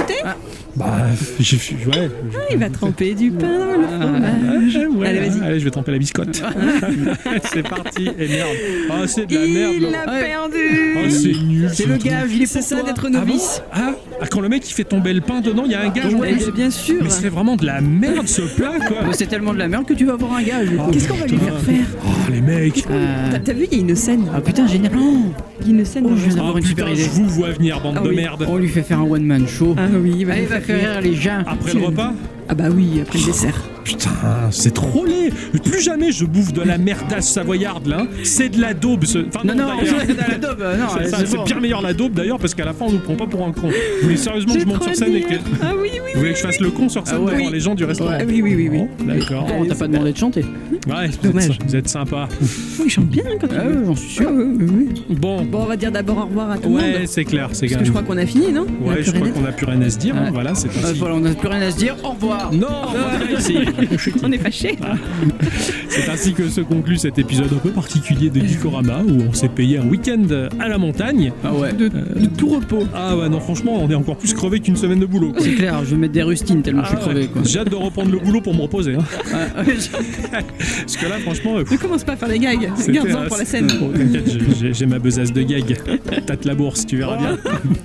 Ouais. Il va tremper du pain dans le fromage. Ouais, Allez, vas-y. Allez, je vais tremper la biscotte. C'est parti. Et merde. Oh, c'est de la merde. Il là. a Ouais. perdu. Oh, c'est nul. C'est ce le truc. gage, il est C'est pour ça toi. d'être Ah bon novice. quand le mec il fait tomber le pain dedans, il y a un gage. en Ouais, plus. bien sûr. Mais c'est vraiment de la merde ce plat quoi. Mais c'est tellement de la merde que tu vas avoir un gage. du coup. Qu'est-ce qu'on va lui faire faire Oh les mecs. T'as vu, il y a une scène. Ah putain, génial. Il y a une scène dans je viens le- d'avoir une super putain, idée. je vous vois venir, bande Ah de oui. merde. On lui fait faire un one-man show. Ah oui, il va Allez, nous va faire faire rire les gens. Après le repas. Ah bah oui, après le dessert. Putain, c'est trop laid. Plus jamais je bouffe de la merdasse savoyarde là. C'est de la daube. Enfin, Non, non, d'ailleurs. c'est la daube. Non, C'est ça, c'est bon. bien meilleur la daube d'ailleurs parce qu'à la fin on nous prend pas pour un con. Vous voulez sérieusement que je J'ai monte trop sur scène et hâte que... d'y être. Ah oui, oui. Vous voulez que je fasse le con sur scène Ah ouais. devant Oui. les gens du restaurant? Ah oui, oui, oui, oui. Bon, d'accord. Bon, on t'a pas demandé de chanter. Ouais, Dommage. vous êtes sympa. Oui, il chante bien quand tu Ah veux. ouais, j'en suis sûr. Ah oui, oui, oui. Bon, Bon, on va dire d'abord au revoir à tout le monde. ouais, c'est clair, c'est Parce quand que je même. crois qu'on a fini, non On a Ouais, plus je crois rien à qu'on a plus rien à se dire. hein, Ouais. Voilà, c'est ainsi. Voilà, on n'a plus rien à se dire. Au revoir. Non, voilà, ici. dire. On est fâchés. C'est ainsi que se conclut cet épisode un peu particulier de Geekorama où on s'est payé un week-end à la montagne. Ah ouais. De tout repos. Ah ouais, non, franchement, on est encore plus crevé qu'une semaine de boulot. quoi. C'est clair, je vais mettre des rustines tellement je suis Ah crevé. ouais. Quoi. J'ai hâte de reprendre le boulot pour me reposer. Hein. Ah, Parce que là, franchement, Ne commence pas à faire des gags. c'était, Garde-en pour la scène. Oh, t'inquiète, j'ai ma besace de gag. Tâte la bourse, tu verras bien.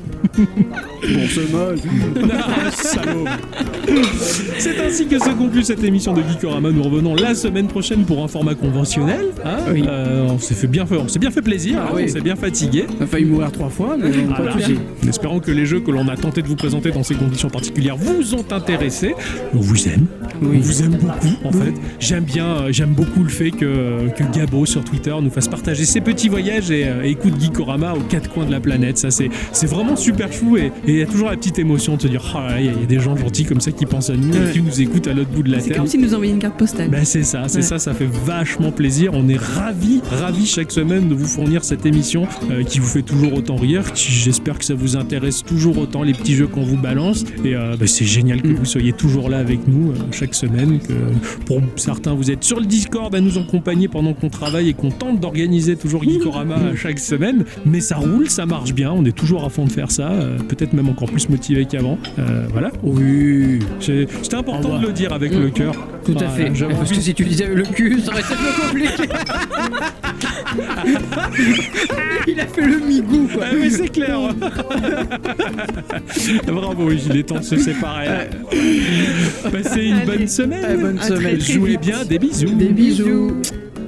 bon, c'est mal. Ah, salaud. C'est ainsi que se conclut cette émission de Geekorama. Nous revenons la semaine prochaine pour un format conventionnel. Hein. Oui. On s'est bien fait plaisir. Ah hein, oui. On s'est bien fatigué. On a failli mourir 3 fois, mais pas Voilà. de soucis. En espérant que les jeux que l'on a tenté de vous présenter dans ces conditions particulières vous ont intéressé. On vous aime. Oui. On vous aime beaucoup, en fait. J'aime beaucoup le fait que Gabo sur Twitter nous fasse partager ses petits voyages et écoute Geekorama aux 4 coins de la planète. Ça, c'est vraiment super chou et il y a toujours la petite émotion de se dire, ah, il y a des gens gentils comme ça qui pensent à nous et qui nous écoutent à l'autre bout de la C'est terre. comme s'ils nous envoyaient une carte postale. Ben c'est ça, ça fait vachement plaisir. On est ravis chaque semaine de vous fournir cette émission qui vous fait toujours autant rire. J'espère que ça vous intéresse toujours autant les petits jeux qu'on vous balance. Et c'est génial que vous soyez toujours là avec nous chaque semaine. Que pour certains, vous êtes sur le Discord à nous accompagner pendant qu'on travaille et qu'on tente d'organiser toujours Geekorama chaque semaine. Mais ça roule, ça marche bien. On est toujours à fond de faire ça. Peut-être même encore plus motivé qu'avant. Voilà. Oui. C'était important de le dire avec le cœur. Tout à Voilà, fait. j'avoue. Parce que si tu disais le cul, ça aurait été plus compliqué. Il a fait le migou, quoi. Ah oui, c'est clair. Bravo, il est temps de se séparer. Passez une bonne semaine. Bonne À semaine. très, très Jouez vite. bien, des bisous. Des bisous.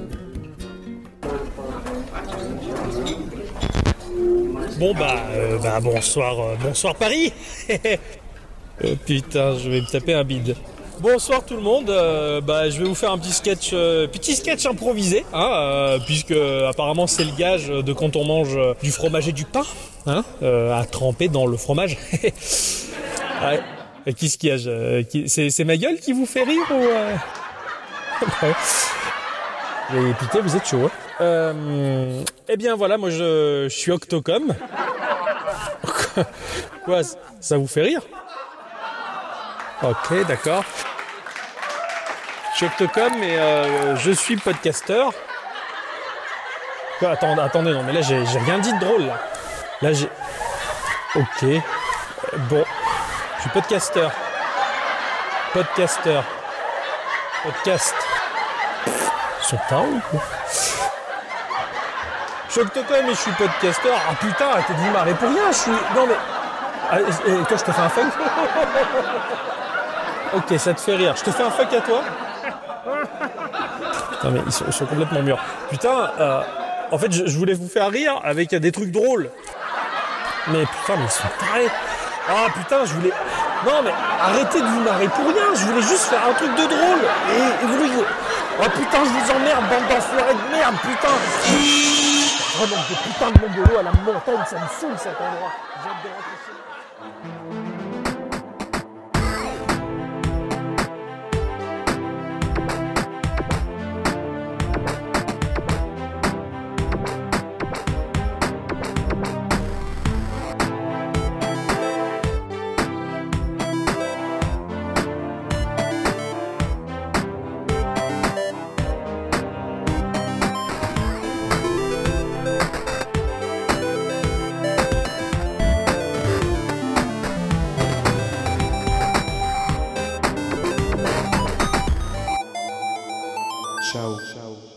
Bon bonsoir Paris. Putain, je vais me taper un bide. Bonsoir tout le monde. Je vais vous faire un petit sketch improvisé, hein, puisque apparemment c'est le gage de quand on mange du fromage et du pain, hein, à tremper dans le fromage. Ouais. Et qu'est-ce qu'il y a c'est ma gueule qui vous fait rire ou Ouais. Et putain, vous êtes chaud. Hein. Eh bien voilà, moi je suis Octocom. Quoi, ça vous fait rire? Ok, d'accord. Je suis Octocom et je suis podcasteur. Quoi, attendez, non, mais là j'ai rien dit de drôle là. Là j'ai. Ok. Bon. Je suis podcasteur. Podcast. Ils sont tarés ou quoi? Je suis Octocom et je suis podcasteur. Ah putain, arrêtez de vous marrer pour rien, je suis. Non mais. Ah, toi, je te fais un fuck? Ok, ça te fait rire. Je te fais un fuck à toi? Putain, mais ils sont complètement mûrs. Putain, en fait, je voulais vous faire rire avec des trucs drôles. Mais putain, mais ils sont tarés. Ah putain, je voulais. Non, mais arrêtez de vous marrer pour rien. Je voulais juste faire un truc de drôle. Et vous voulez. Oh putain, je vous emmerde, bande d'enfoirés de merde, putain. Vraiment, des putains de mongolos à la montagne, ça me saoule cet endroit. J'ai hâte de rentrer chez moi. Ciao.